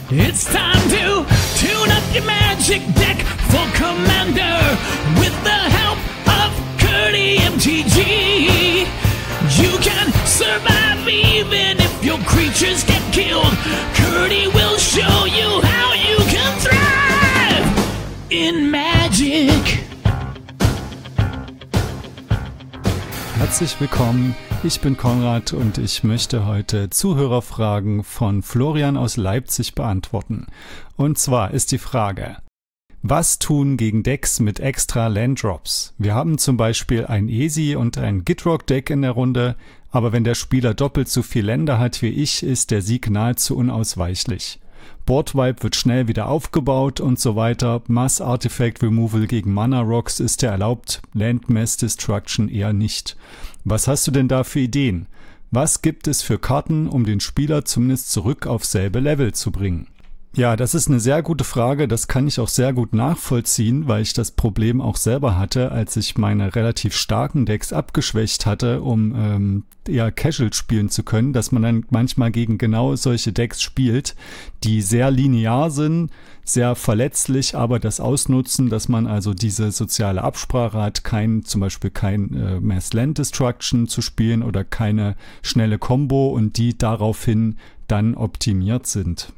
It's time to tune up your magic deck for Commander with the help of Curdy MTG. You can survive even if your creatures get killed. Curdy will show you how you can thrive in Magic. Herzlich willkommen, ich bin Konrad und ich möchte heute Zuhörerfragen von Florian aus Leipzig beantworten. Und zwar ist die Frage: Was tun gegen Decks mit extra Landdrops? Wir haben zum Beispiel ein Easy und ein Gitrog-Deck in der Runde, aber wenn der Spieler doppelt so viel Länder hat wie ich, ist der Sieg nahezu unausweichlich. Boardwipe wird schnell wieder aufgebaut und so weiter. Mass Artifact Removal gegen Mana Rocks ist ja erlaubt, Landmass Destruction eher nicht. Was hast du denn da für Ideen? Was gibt es für Karten, um den Spieler zumindest zurück auf selbe Level zu bringen? Ja, das ist eine sehr gute Frage, das kann ich auch sehr gut nachvollziehen, weil ich das Problem auch selber hatte, als ich meine relativ starken Decks abgeschwächt hatte, um eher Casual spielen zu können, dass man dann manchmal gegen genau solche Decks spielt, die sehr linear sind, sehr verletzlich, aber das ausnutzen, dass man also diese soziale Absprache hat, zum Beispiel kein Mass Land Destruction zu spielen oder keine schnelle Combo und die daraufhin dann optimiert sind.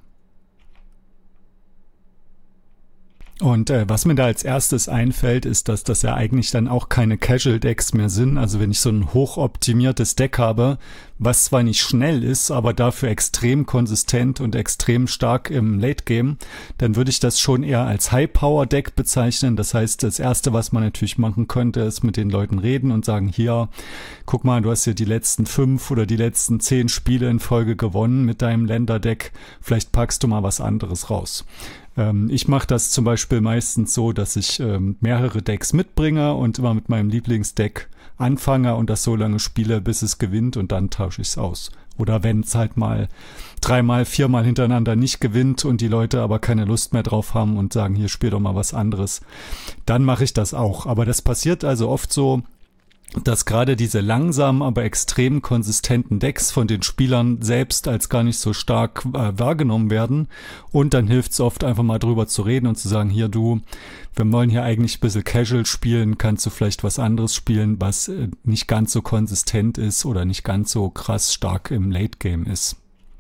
Und was mir da als erstes einfällt, ist, dass das ja eigentlich dann auch keine Casual-Decks mehr sind. Also wenn ich so ein hochoptimiertes Deck habe, was zwar nicht schnell ist, aber dafür extrem konsistent und extrem stark im Late-Game, dann würde ich das schon eher als High-Power-Deck bezeichnen. Das heißt, das Erste, was man natürlich machen könnte, ist mit den Leuten reden und sagen, hier, guck mal, du hast ja die letzten 5 oder die letzten 10 Spiele in Folge gewonnen mit deinem Länder-Deck. Vielleicht packst du mal was anderes raus. Ich mache das zum Beispiel meistens so, dass ich mehrere Decks mitbringe und immer mit meinem Lieblingsdeck anfange und das so lange spiele, bis es gewinnt und dann tausche ich es aus. Oder wenn es halt mal 3-mal, 4-mal hintereinander nicht gewinnt und die Leute aber keine Lust mehr drauf haben und sagen, hier spiel doch mal was anderes, dann mache ich das auch. Aber das passiert also oft so, dass gerade diese langsamen, aber extrem konsistenten Decks von den Spielern selbst als gar nicht so stark wahrgenommen werden. Und dann hilft es oft einfach mal drüber zu reden und zu sagen, hier du, wir wollen hier eigentlich ein bisschen casual spielen, kannst du vielleicht was anderes spielen, was nicht ganz so konsistent ist oder nicht ganz so krass stark im Late Game ist.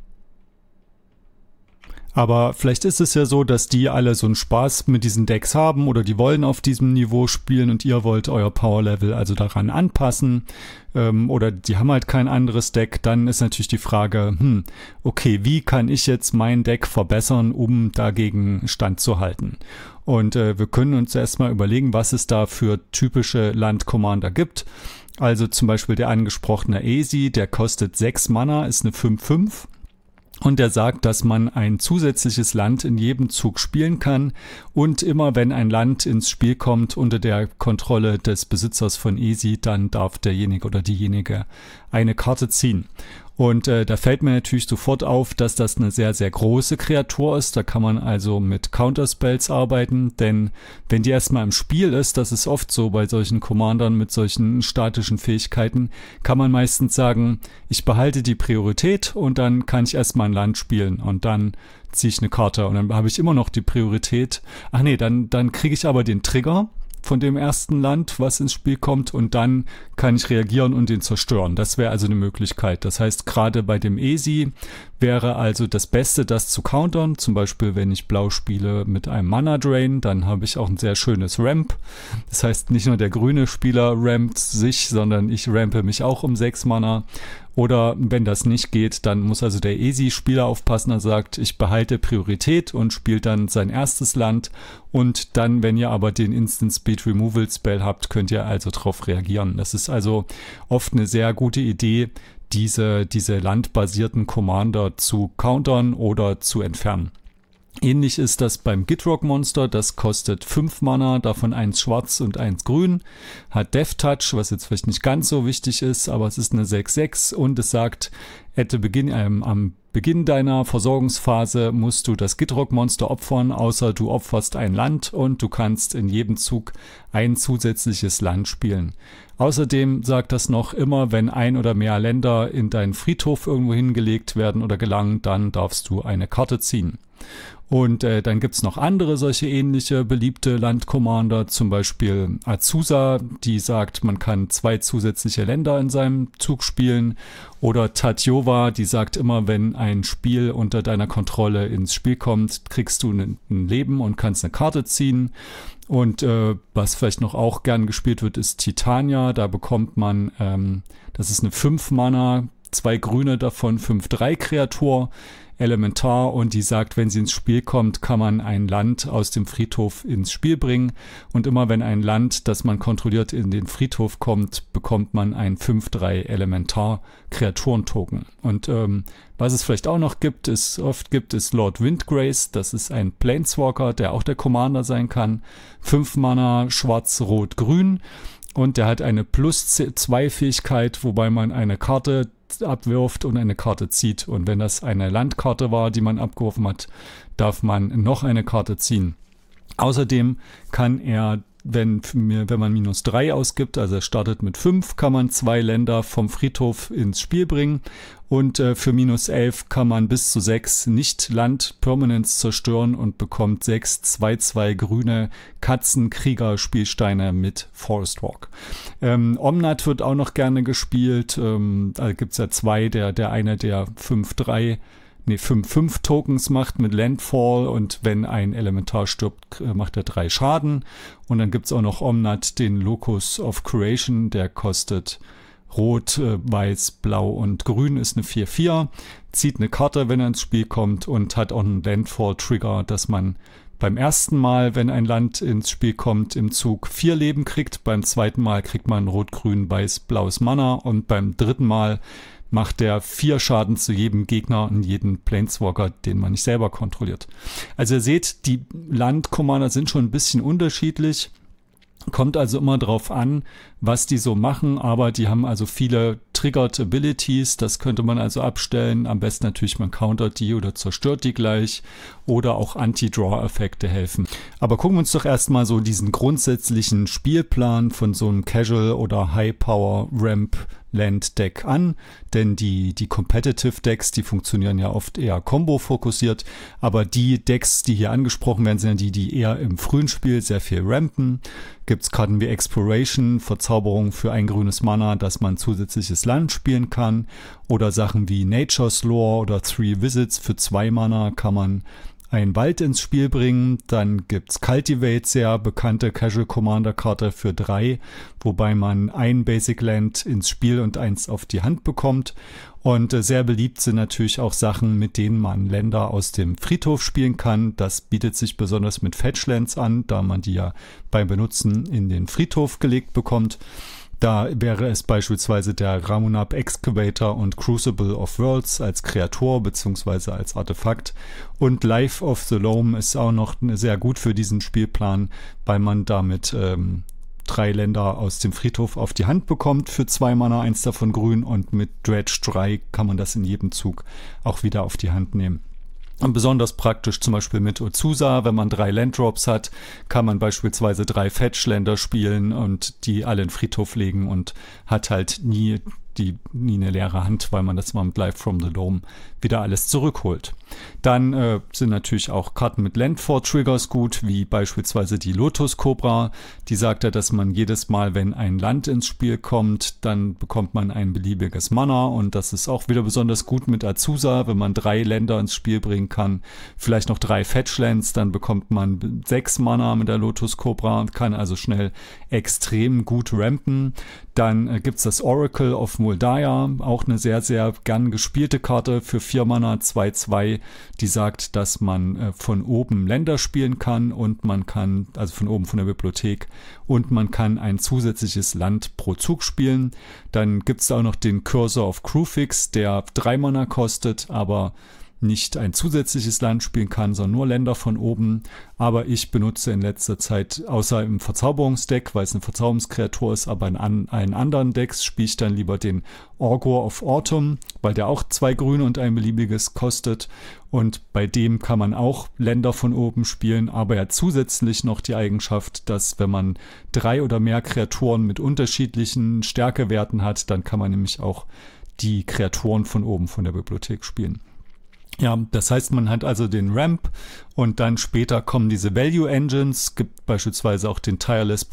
Aber vielleicht ist es ja so, dass die alle so einen Spaß mit diesen Decks haben oder die wollen auf diesem Niveau spielen und ihr wollt euer Power-Level also daran anpassen oder die haben halt kein anderes Deck. Dann ist natürlich die Frage, okay, wie kann ich jetzt mein Deck verbessern, um dagegen standzuhalten? Und wir können uns erstmal überlegen, was es da für typische Land-Commander gibt. Also zum Beispiel der angesprochene Easy, der kostet 6 Mana, ist eine 5/5. Und der sagt, dass man ein zusätzliches Land in jedem Zug spielen kann und immer wenn ein Land ins Spiel kommt unter der Kontrolle des Besitzers von Easy, dann darf derjenige oder diejenige eine Karte ziehen. Und da fällt mir natürlich sofort auf, dass das eine sehr, sehr große Kreatur ist. Da kann man also mit Counterspells arbeiten, denn wenn die erstmal im Spiel ist, das ist oft so bei solchen Commandern mit solchen statischen Fähigkeiten, kann man meistens sagen, ich behalte die Priorität und dann kann ich erstmal ein Land spielen und dann ziehe ich eine Karte und dann habe ich immer noch die Priorität. Ach nee, dann kriege ich aber den Trigger von dem ersten Land, was ins Spiel kommt und dann kann ich reagieren und den zerstören. Das wäre also eine Möglichkeit. Das heißt, gerade bei dem Easy wäre also das Beste, das zu countern. Zum Beispiel, wenn ich Blau spiele mit einem Mana Drain, dann habe ich auch ein sehr schönes Ramp. Das heißt, nicht nur der grüne Spieler rampt sich, sondern ich rampe mich auch um 6 Mana. Oder wenn das nicht geht, dann muss also der Easy-Spieler aufpassen, er sagt, ich behalte Priorität und spielt dann sein erstes Land. Und dann, wenn ihr aber den Instant Speed Removal Spell habt, könnt ihr also darauf reagieren. Das ist also oft eine sehr gute Idee, diese landbasierten Commander zu countern oder zu entfernen. Ähnlich ist das beim Gitrog-Monster, das kostet 5 Mana, davon 1 schwarz und 1 grün, hat Death Touch, was jetzt vielleicht nicht ganz so wichtig ist, aber es ist eine 6/6 und es sagt, am Beginn deiner Versorgungsphase musst du das Gitrog-Monster opfern, außer du opferst ein Land und du kannst in jedem Zug ein zusätzliches Land spielen. Außerdem sagt das noch, immer wenn ein oder mehr Länder in deinen Friedhof irgendwo hingelegt werden oder gelangen, dann darfst du eine Karte ziehen. Und dann gibt's noch andere solche ähnliche beliebte Land-Commander, zum Beispiel Azusa, die sagt, man kann 2 zusätzliche Länder in seinem Zug spielen. Oder Tatjova, die sagt immer, wenn ein Spiel unter deiner Kontrolle ins Spiel kommt, kriegst du ein Leben und kannst eine Karte ziehen. Und was vielleicht noch auch gern gespielt wird, ist Titania. Da bekommt man, das ist eine 5-Mana, 2 grüne davon, 5/3 Kreatur, Elementar, und die sagt, wenn sie ins Spiel kommt, kann man ein Land aus dem Friedhof ins Spiel bringen. Und immer wenn ein Land, das man kontrolliert, in den Friedhof kommt, bekommt man ein 5/3 Elementar Kreaturentoken. Und was es vielleicht auch noch gibt, ist Lord Windgrace. Das ist ein Planeswalker, der auch der Commander sein kann. 5 Mana, schwarz, rot, grün. Und der hat eine +2 Fähigkeit, wobei man eine Karte abwirft und eine Karte zieht. Und wenn das eine Landkarte war, die man abgeworfen hat, darf man noch eine Karte ziehen. Außerdem kann er, wenn man -3 ausgibt, also er startet mit 5, kann man 2 Länder vom Friedhof ins Spiel bringen. Und für -11 kann man bis zu 6 Nicht-Land-Permanents zerstören und bekommt 6 2/2 grüne Katzenkrieger-Spielsteine mit Forest Walk. Omnath wird auch noch gerne gespielt. Da gibt es ja 2, der eine, der 5/5 Tokens macht mit Landfall, und wenn ein Elementar stirbt, macht er 3 Schaden. Und dann gibt es auch noch Omnath, den Locus of Creation, der kostet Rot, Weiß, Blau und Grün, ist eine 4/4, zieht eine Karte, wenn er ins Spiel kommt, und hat auch einen Landfall-Trigger, dass man beim ersten Mal, wenn ein Land ins Spiel kommt, im Zug 4 Leben kriegt. Beim zweiten Mal kriegt man Rot, Grün, Weiß, Blaues Mana, und beim dritten Mal macht der 4 Schaden zu jedem Gegner und jeden Planeswalker, den man nicht selber kontrolliert. Also ihr seht, die Land-Commander sind schon ein bisschen unterschiedlich. Kommt also immer drauf an, was die so machen, aber die haben also viele Triggered Abilities, das könnte man also abstellen. Am besten natürlich, man countert die oder zerstört die gleich, oder auch Anti-Draw-Effekte helfen. Aber gucken wir uns doch erstmal so diesen grundsätzlichen Spielplan von so einem Casual- oder High-Power-Ramp-Land-Deck an, denn die Competitive-Decks, die funktionieren ja oft eher Combo-fokussiert, aber die Decks, die hier angesprochen werden, sind ja die eher im frühen Spiel sehr viel rampen. Gibt es Karten wie Exploration, Verzauberung für ein grünes Mana, dass man zusätzliches Land spielen kann, oder Sachen wie Nature's Lore oder 3 Visits für 2 Mana kann man einen Wald ins Spiel bringen. Dann gibt's Cultivate, sehr bekannte Casual Commander Karte für 3, wobei man ein Basic Land ins Spiel und 1 auf die Hand bekommt. Und sehr beliebt sind natürlich auch Sachen, mit denen man Länder aus dem Friedhof spielen kann. Das bietet sich besonders mit Fetchlands an, da man die ja beim Benutzen in den Friedhof gelegt bekommt. Da wäre es beispielsweise der Ramunap Excavator und Crucible of Worlds als Kreatur bzw. als Artefakt. Und Life of the Loam ist auch noch sehr gut für diesen Spielplan, weil man damit 3 Länder aus dem Friedhof auf die Hand bekommt für 2 Mana, 1 davon grün, und mit Dredge 3 kann man das in jedem Zug auch wieder auf die Hand nehmen. Und besonders praktisch zum Beispiel mit Azusa, wenn man 3 Landdrops hat, kann man beispielsweise 3 Fetch-Länder spielen und die alle in den Friedhof legen und hat halt nie eine leere Hand, weil man das mal mit Life from the Dome wieder alles zurückholt. Dann sind natürlich auch Karten mit Landfall-Triggers gut, wie beispielsweise die Lotus Cobra. Die sagt ja, dass man jedes Mal, wenn ein Land ins Spiel kommt, dann bekommt man ein beliebiges Mana, und das ist auch wieder besonders gut mit Azusa, wenn man 3 Länder ins Spiel bringen kann. Vielleicht noch 3 Fetchlands, dann bekommt man 6 Mana mit der Lotus Cobra und kann also schnell extrem gut rampen. Dann gibt's das Oracle of Muldaya, auch eine sehr, sehr gern gespielte Karte für 4 Mana, 2/2, die sagt, dass man von oben Länder spielen kann, und man kann, also von oben von der Bibliothek, und man kann ein zusätzliches Land pro Zug spielen. Dann gibt's auch noch den Cursor of Crewfix, der 3 Mana kostet, aber nicht ein zusätzliches Land spielen kann, sondern nur Länder von oben. Aber ich benutze in letzter Zeit, außer im Verzauberungsdeck, weil es eine Verzauberungskreatur ist, aber in allen anderen Decks spiele ich dann lieber den Augur of Autumn, weil der auch 2 grüne und ein beliebiges kostet. Und bei dem kann man auch Länder von oben spielen, aber er hat zusätzlich noch die Eigenschaft, dass wenn man 3 oder mehr Kreaturen mit unterschiedlichen Stärkewerten hat, dann kann man nämlich auch die Kreaturen von oben von der Bibliothek spielen. Ja, das heißt, man hat also den Ramp und dann später kommen diese Value Engines, gibt beispielsweise auch den Tireless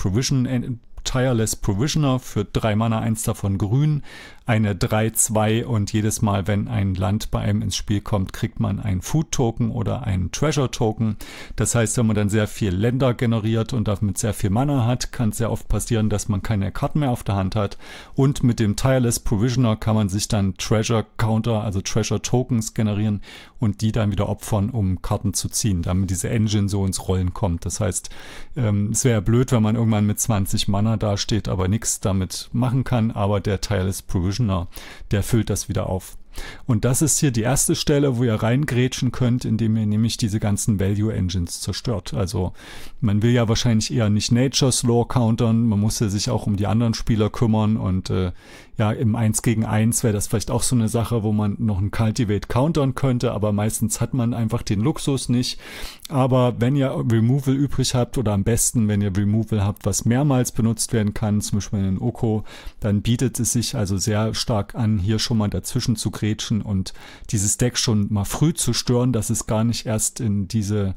Provisioner für 3 Mana, 1 davon grün, eine 3/2 und jedes Mal, wenn ein Land bei einem ins Spiel kommt, kriegt man einen Food Token oder einen Treasure Token. Das heißt, wenn man dann sehr viel Länder generiert und damit sehr viel Mana hat, kann es sehr oft passieren, dass man keine Karten mehr auf der Hand hat. Und mit dem Tireless Provisioner kann man sich dann Treasure Counter, also Treasure Tokens generieren und die dann wieder opfern, um Karten zu ziehen, damit diese Engine so ins Rollen kommt. Das heißt, es wäre blöd, wenn man irgendwann mit 20 Mana dasteht, aber nichts damit machen kann, aber der Tireless Provisioner, der füllt das wieder auf. Und das ist hier die erste Stelle, wo ihr reingrätschen könnt, indem ihr nämlich diese ganzen Value Engines zerstört. Also man will ja wahrscheinlich eher nicht Nature's Law countern, man muss ja sich auch um die anderen Spieler kümmern und ja, im 1 gegen 1 wäre das vielleicht auch so eine Sache, wo man noch ein Cultivate countern könnte, aber meistens hat man einfach den Luxus nicht. Aber wenn ihr Removal übrig habt oder am besten, wenn ihr Removal habt, was mehrmals benutzt werden kann, zum Beispiel in Oko, dann bietet es sich also sehr stark an, hier schon mal dazwischen zu grätschen und dieses Deck schon mal früh zu stören, dass es gar nicht erst in diese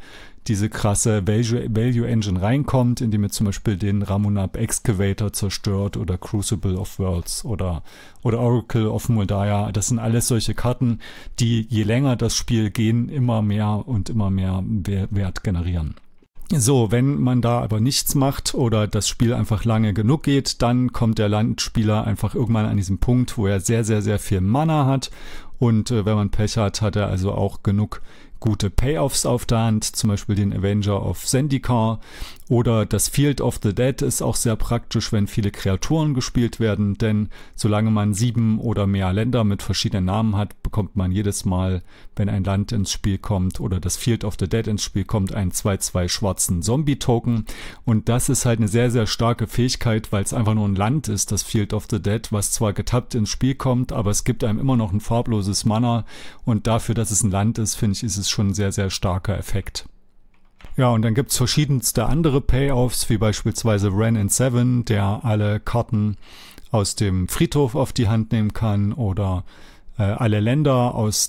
krasse Value Engine reinkommt, indem ihr zum Beispiel den Ramunap Excavator zerstört oder Crucible of Worlds oder Oracle of Moldaia. Das sind alles solche Karten, die je länger das Spiel gehen, immer mehr und immer mehr Wert generieren. So, wenn man da aber nichts macht oder das Spiel einfach lange genug geht, dann kommt der Landspieler einfach irgendwann an diesen Punkt, wo er sehr, sehr, sehr viel Mana hat und wenn man Pech hat, hat er also auch genug gute Payoffs auf der Hand, zum Beispiel den Avenger of Zendikar oder das Field of the Dead ist auch sehr praktisch, wenn viele Kreaturen gespielt werden, denn solange man 7 oder mehr Länder mit verschiedenen Namen hat, bekommt man jedes Mal, wenn ein Land ins Spiel kommt oder das Field of the Dead ins Spiel kommt, einen 2/2 schwarzen Zombie-Token und das ist halt eine sehr, sehr starke Fähigkeit, weil es einfach nur ein Land ist, das Field of the Dead, was zwar getappt ins Spiel kommt, aber es gibt einem immer noch ein farbloses Mana und dafür, dass es ein Land ist, finde ich, ist es schon ein sehr, sehr starker Effekt. Ja, und dann gibt's verschiedenste andere Payoffs, wie beispielsweise Wrenn and Seven, der alle Karten aus dem Friedhof auf die Hand nehmen kann oder alle Länder aus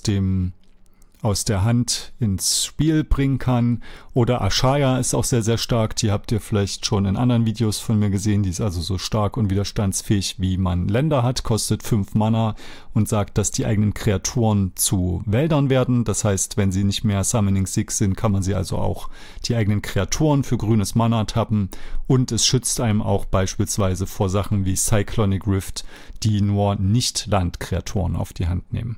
der Hand ins Spiel bringen kann. Oder Ashaya ist auch sehr, sehr stark. Die habt ihr vielleicht schon in anderen Videos von mir gesehen. Die ist also so stark und widerstandsfähig, wie man Länder hat. Kostet 5 Mana und sagt, dass die eigenen Kreaturen zu Wäldern werden. Das heißt, wenn sie nicht mehr Summoning 6 sind, kann man sie also auch die eigenen Kreaturen für grünes Mana tappen. Und es schützt einem auch beispielsweise vor Sachen wie Cyclonic Rift, die nur Nicht-Land-Kreaturen auf die Hand nehmen.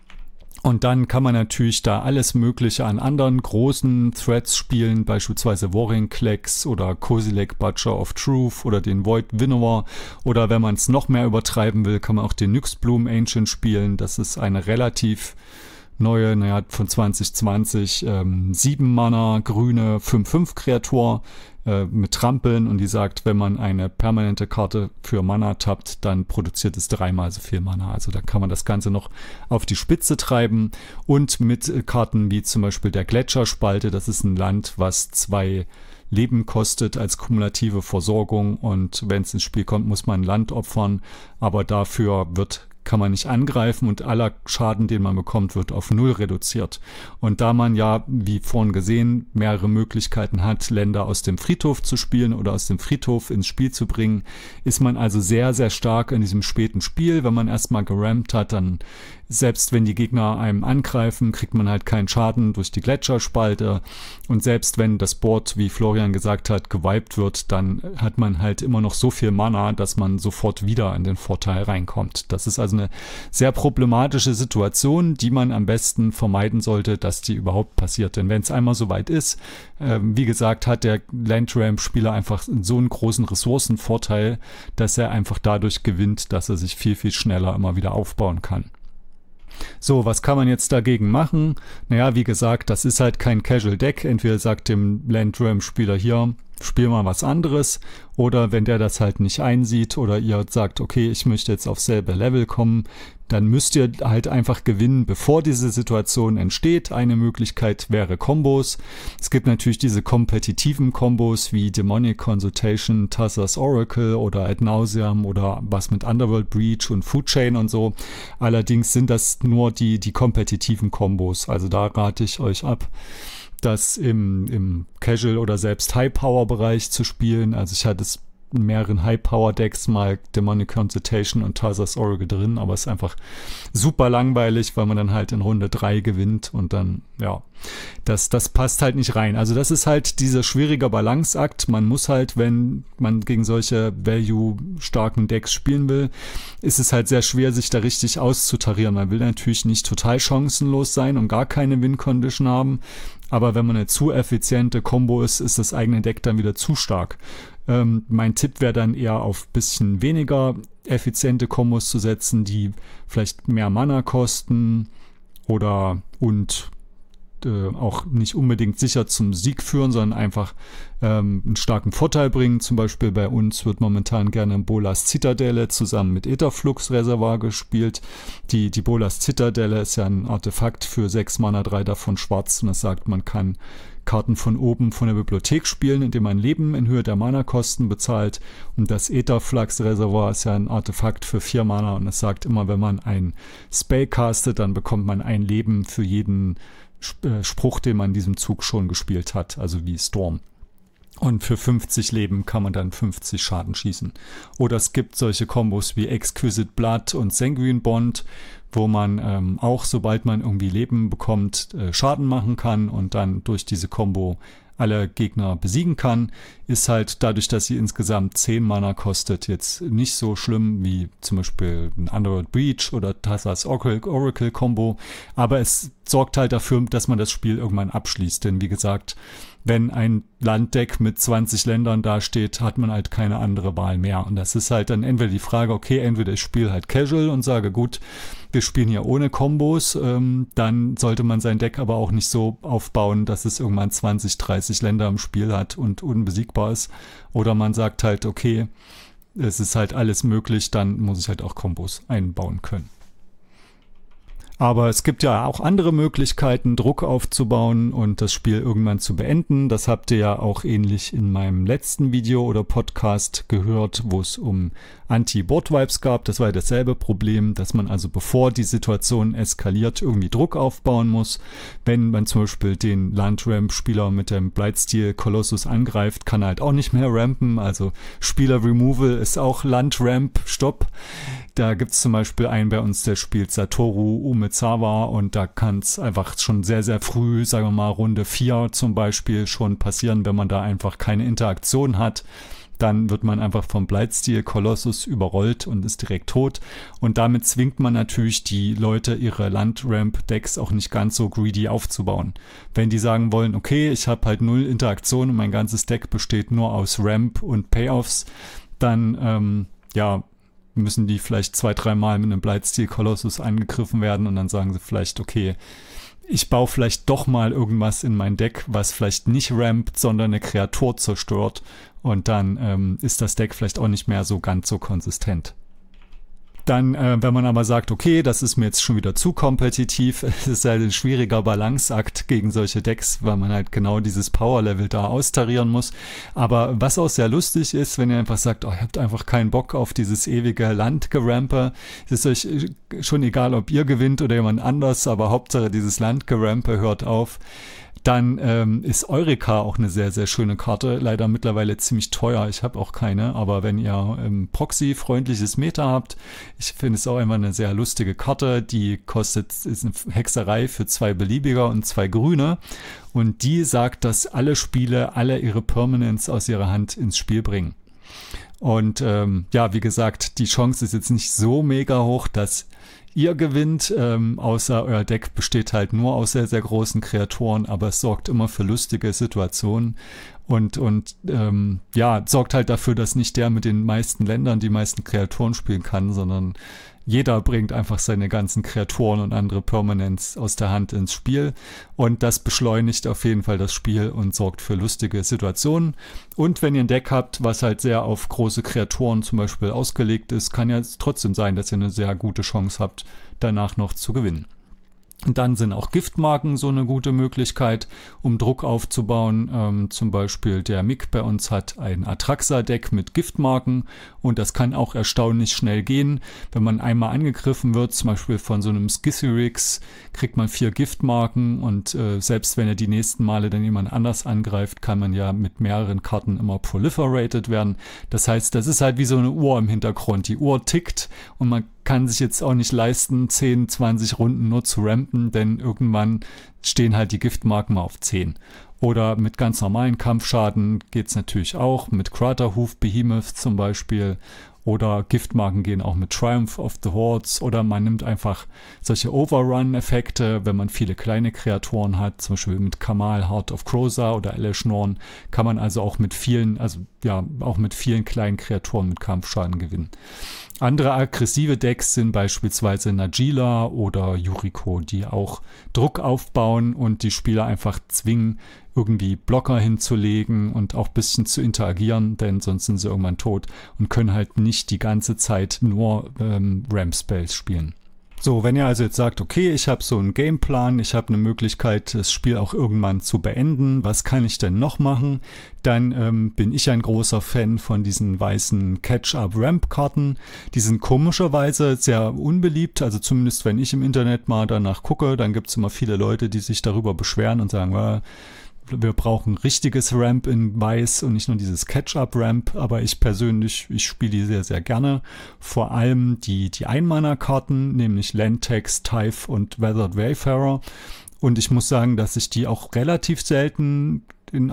Und dann kann man natürlich da alles Mögliche an anderen großen Threads spielen, beispielsweise Vorinclex oder Kozilek Butcher of Truth oder den Void Winnower. Oder wenn man es noch mehr übertreiben will, kann man auch den Nyxbloom Ancient spielen. Das ist eine relativ neue, von 2020, 7 Mana, grüne 5/5 Kreatur mit Trampeln und die sagt, wenn man eine permanente Karte für Mana tappt, dann produziert es 3-mal so viel Mana. Also da kann man das Ganze noch auf die Spitze treiben und mit Karten wie zum Beispiel der Gletscherspalte, das ist ein Land, was 2 Leben kostet als kumulative Versorgung und wenn es ins Spiel kommt, muss man Land opfern, aber dafür kann man nicht angreifen und aller Schaden, den man bekommt, wird auf 0 reduziert. Und da man ja, wie vorhin gesehen, mehrere Möglichkeiten hat, Länder aus dem Friedhof zu spielen oder aus dem Friedhof ins Spiel zu bringen, ist man also sehr, sehr stark in diesem späten Spiel. Wenn man erstmal gerampt hat, dann selbst wenn die Gegner einem angreifen, kriegt man halt keinen Schaden durch die Gletscherspalte und selbst wenn das Board, wie Florian gesagt hat, gewiped wird, dann hat man halt immer noch so viel Mana, dass man sofort wieder in den Vorteil reinkommt. Das ist also eine sehr problematische Situation, die man am besten vermeiden sollte, dass die überhaupt passiert. Denn wenn es einmal soweit ist, wie gesagt, hat der Landramp-Spieler einfach so einen großen Ressourcenvorteil, dass er einfach dadurch gewinnt, dass er sich viel, viel schneller immer wieder aufbauen kann. So, was kann man jetzt dagegen machen? Naja, wie gesagt, das ist halt kein Casual Deck. Entweder sagt dem Landramp-Spieler hier, spiel mal was anderes. Oder wenn der das halt nicht einsieht oder ihr sagt, okay, ich möchte jetzt aufs selbe Level kommen, dann müsst ihr halt einfach gewinnen, bevor diese Situation entsteht. Eine Möglichkeit wäre Kombos. Es gibt natürlich diese kompetitiven Kombos wie Demonic Consultation, Thassa's Oracle oder Ad Nauseam oder was mit Underworld Breach und Food Chain und so. Allerdings sind das nur die kompetitiven Kombos. Also da rate ich euch ab, das im Casual- oder selbst High-Power-Bereich zu spielen. Also ich hatte es in mehreren High-Power-Decks mal Demonic Consultation und Thassa's Oracle drin, aber es ist einfach super langweilig, weil man dann halt in Runde 3 gewinnt und dann, ja, das passt halt nicht rein. Also das ist halt dieser schwierige Balanceakt. Man muss halt, wenn man gegen solche value-starken Decks spielen will, ist es halt sehr schwer, sich da richtig auszutarieren. Man will natürlich nicht total chancenlos sein und gar keine Win-Condition haben, aber wenn man eine zu effiziente Combo ist das eigene Deck dann wieder zu stark. Mein Tipp wäre dann eher auf bisschen weniger effiziente Kombos zu setzen, die vielleicht mehr Mana kosten oder auch nicht unbedingt sicher zum Sieg führen, sondern einfach einen starken Vorteil bringen. Zum Beispiel bei uns wird momentan gerne Bolas Zitadelle zusammen mit Aetherflux Reservoir gespielt. Die Bolas Zitadelle ist ja ein Artefakt für 6 Mana, 3 davon schwarz, und das sagt, man kann Karten von oben von der Bibliothek spielen, indem man Leben in Höhe der Mana-Kosten bezahlt. Und das Aetherflux-Reservoir ist ja ein Artefakt für 4 Mana und es sagt immer, wenn man ein Spell castet, dann bekommt man ein Leben für jeden Spruch, den man in diesem Zug schon gespielt hat, also wie Storm. Und für 50 Leben kann man dann 50 Schaden schießen. Oder es gibt solche Kombos wie Exquisite Blood und Sanguine Bond, wo man auch, sobald man irgendwie Leben bekommt, Schaden machen kann und dann durch diese Combo alle Gegner besiegen kann. Ist halt dadurch, dass sie insgesamt 10 Mana kostet, jetzt nicht so schlimm wie zum Beispiel ein Underworld Breach oder Thassa's Oracle Combo, aber es sorgt halt dafür, dass man das Spiel irgendwann abschließt, denn wie gesagt, wenn ein Landdeck mit 20 Ländern dasteht, hat man halt keine andere Wahl mehr. Und das ist halt dann entweder die Frage, okay, entweder ich spiele halt Casual und sage, gut, wir spielen hier ohne Kombos, dann sollte man sein Deck aber auch nicht so aufbauen, dass es irgendwann 20, 30 Länder im Spiel hat und unbesiegbar ist. Oder man sagt halt, okay, es ist halt alles möglich, dann muss ich halt auch Kombos einbauen können. Aber es gibt ja auch andere Möglichkeiten, Druck aufzubauen und das Spiel irgendwann zu beenden. Das habt ihr ja auch ähnlich in meinem letzten Video oder Podcast gehört, wo es um Anti-Board-Vibes gab. Das war ja dasselbe Problem, dass man also bevor die Situation eskaliert, irgendwie Druck aufbauen muss. Wenn man zum Beispiel den Land-Ramp-Spieler mit dem Blightsteel Colossus angreift, kann er halt auch nicht mehr rampen. Also Spieler-Removal ist auch Land-Ramp-Stopp. Da gibt es zum Beispiel einen bei uns, der spielt Satoru Umezawa und da kann es einfach schon sehr, sehr früh, sagen wir mal Runde 4 zum Beispiel, schon passieren, wenn man da einfach keine Interaktion hat. Dann wird man einfach vom Blightsteel Colossus überrollt und ist direkt tot. Und damit zwingt man natürlich die Leute, ihre Land-Ramp-Decks auch nicht ganz so greedy aufzubauen. Wenn die sagen wollen, okay, ich habe halt 0 Interaktion und mein ganzes Deck besteht nur aus Ramp und Payoffs, dann, müssen die vielleicht 2-3 Mal mit einem Blightsteel Colossus angegriffen werden und dann sagen sie vielleicht, okay, ich baue vielleicht doch mal irgendwas in mein Deck, was vielleicht nicht rampt, sondern eine Kreatur zerstört und dann ist das Deck vielleicht auch nicht mehr so ganz so konsistent. Dann, wenn man aber sagt, okay, das ist mir jetzt schon wieder zu kompetitiv, es ist halt ein schwieriger Balanceakt gegen solche Decks, weil man halt genau dieses Power-Level da austarieren muss. Aber was auch sehr lustig ist, wenn ihr einfach sagt, oh, ihr habt einfach keinen Bock auf dieses ewige Landgerampe, ist euch schon egal, ob ihr gewinnt oder jemand anders, aber Hauptsache dieses Landgerampe hört auf. Dann ist Eureka auch eine sehr, sehr schöne Karte. Leider mittlerweile ziemlich teuer. Ich habe auch keine. Aber wenn ihr Proxy-freundliches Meta habt, ich finde es auch immer eine sehr lustige Karte. Die ist eine Hexerei für 2 Beliebiger und 2 Grüne. Und die sagt, dass alle Spiele alle ihre Permanents aus ihrer Hand ins Spiel bringen. Und wie gesagt, die Chance ist jetzt nicht so mega hoch, dass ihr gewinnt, außer euer Deck besteht halt nur aus sehr, sehr großen Kreaturen, aber es sorgt immer für lustige Situationen und sorgt halt dafür, dass nicht der mit den meisten Ländern die meisten Kreaturen spielen kann, sondern jeder bringt einfach seine ganzen Kreaturen und andere Permanents aus der Hand ins Spiel und das beschleunigt auf jeden Fall das Spiel und sorgt für lustige Situationen. Und wenn ihr ein Deck habt, was halt sehr auf große Kreaturen zum Beispiel ausgelegt ist, kann ja trotzdem sein, dass ihr eine sehr gute Chance habt, danach noch zu gewinnen. Und dann sind auch Giftmarken so eine gute Möglichkeit, um Druck aufzubauen. Zum Beispiel der Mick bei uns hat ein Atraxa-Deck mit Giftmarken und das kann auch erstaunlich schnell gehen. Wenn man einmal angegriffen wird, zum Beispiel von so einem Skithyrix, kriegt man 4 Giftmarken und selbst wenn er die nächsten Male dann jemand anders angreift, kann man ja mit mehreren Karten immer proliferated werden. Das heißt, das ist halt wie so eine Uhr im Hintergrund. Die Uhr tickt und man kann sich jetzt auch nicht leisten, 10, 20 Runden nur zu rampen, denn irgendwann stehen halt die Giftmarken mal auf 10. Oder mit ganz normalen Kampfschaden geht's natürlich auch, mit Kraterhoof Behemoth zum Beispiel. Oder Giftmarken gehen auch mit Triumph of the Hordes. Oder man nimmt einfach solche Overrun-Effekte, wenn man viele kleine Kreaturen hat, zum Beispiel mit Kamal, Heart of Krosa oder Elesh Norn, kann man also auch mit vielen, auch mit vielen kleinen Kreaturen mit Kampfschaden gewinnen. Andere aggressive Decks sind beispielsweise Najeela oder Yuriko, die auch Druck aufbauen und die Spieler einfach zwingen, irgendwie Blocker hinzulegen und auch ein bisschen zu interagieren, denn sonst sind sie irgendwann tot und können halt nicht die ganze Zeit nur Ramp-Spells spielen. So, wenn ihr also jetzt sagt, okay, ich habe so einen Gameplan, ich habe eine Möglichkeit, das Spiel auch irgendwann zu beenden, was kann ich denn noch machen? Dann bin ich ein großer Fan von diesen weißen Catch-Up-Ramp-Karten. Die sind komischerweise sehr unbeliebt, also zumindest wenn ich im Internet mal danach gucke, dann gibt es immer viele Leute, die sich darüber beschweren und sagen, wir brauchen richtiges Ramp in Weiß und nicht nur dieses Catch-Up-Ramp, aber ich persönlich, ich spiele die sehr, sehr gerne. Vor allem die Ein-Mana-Karten, nämlich Landtax, Tithe und Weathered Wayfarer. Und ich muss sagen, dass ich die auch relativ selten in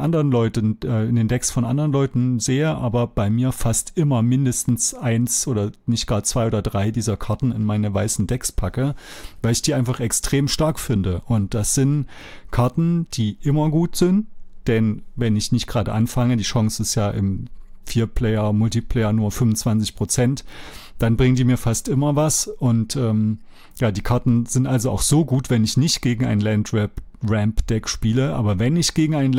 den Decks von anderen Leuten sehe, aber bei mir fast immer mindestens 1 oder nicht gar 2 oder 3 dieser Karten in meine weißen Decks packe, weil ich die einfach extrem stark finde. Und das sind Karten, die immer gut sind, denn wenn ich nicht gerade anfange, die Chance ist ja im 4-Player-Multiplayer nur 25%, dann bringen die mir fast immer was und die Karten sind also auch so gut, wenn ich nicht gegen ein Land-Ramp-Deck spiele, aber wenn ich gegen ein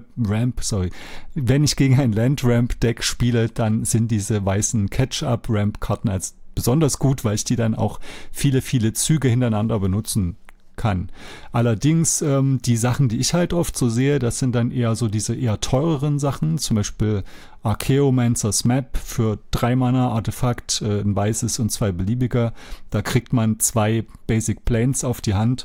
Land-Ramp-Deck spiele, dann sind diese weißen Catch-Up-Ramp-Karten als besonders gut, weil ich die dann auch viele, viele Züge hintereinander benutzen kann. Allerdings die Sachen, die ich halt oft so sehe, das sind dann eher so diese eher teureren Sachen, zum Beispiel Archaeomancer's Map für 3 Mana Artefakt, ein weißes und 2 beliebige. Da kriegt man 2 Basic Planes auf die Hand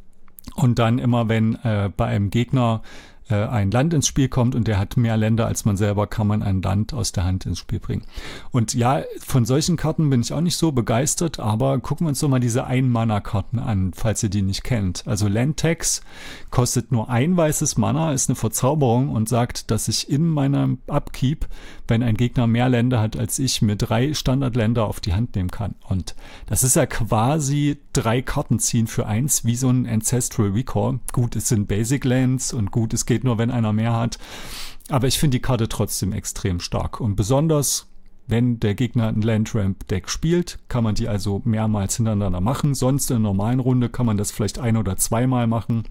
und dann immer, wenn bei einem Gegner ein Land ins Spiel kommt und der hat mehr Länder als man selber, kann man ein Land aus der Hand ins Spiel bringen. Und ja, von solchen Karten bin ich auch nicht so begeistert, aber gucken wir uns doch mal diese Ein-Mana-Karten an, falls ihr die nicht kennt. Also Landtax kostet nur ein weißes Mana, ist eine Verzauberung und sagt, dass ich in meinem Upkeep, wenn ein Gegner mehr Länder hat als ich, mir 3 Standardländer auf die Hand nehmen kann. Und das ist ja quasi 3 Karten ziehen für 1, wie so ein Ancestral Recall. Gut, es sind Basic Lands und gut, es geht nur, wenn einer mehr hat. Aber ich finde die Karte trotzdem extrem stark. Und besonders, wenn der Gegner ein Land-Ramp-Deck spielt, kann man die also mehrmals hintereinander machen. Sonst in einer normalen Runde kann man das vielleicht 1- oder 2-mal machen.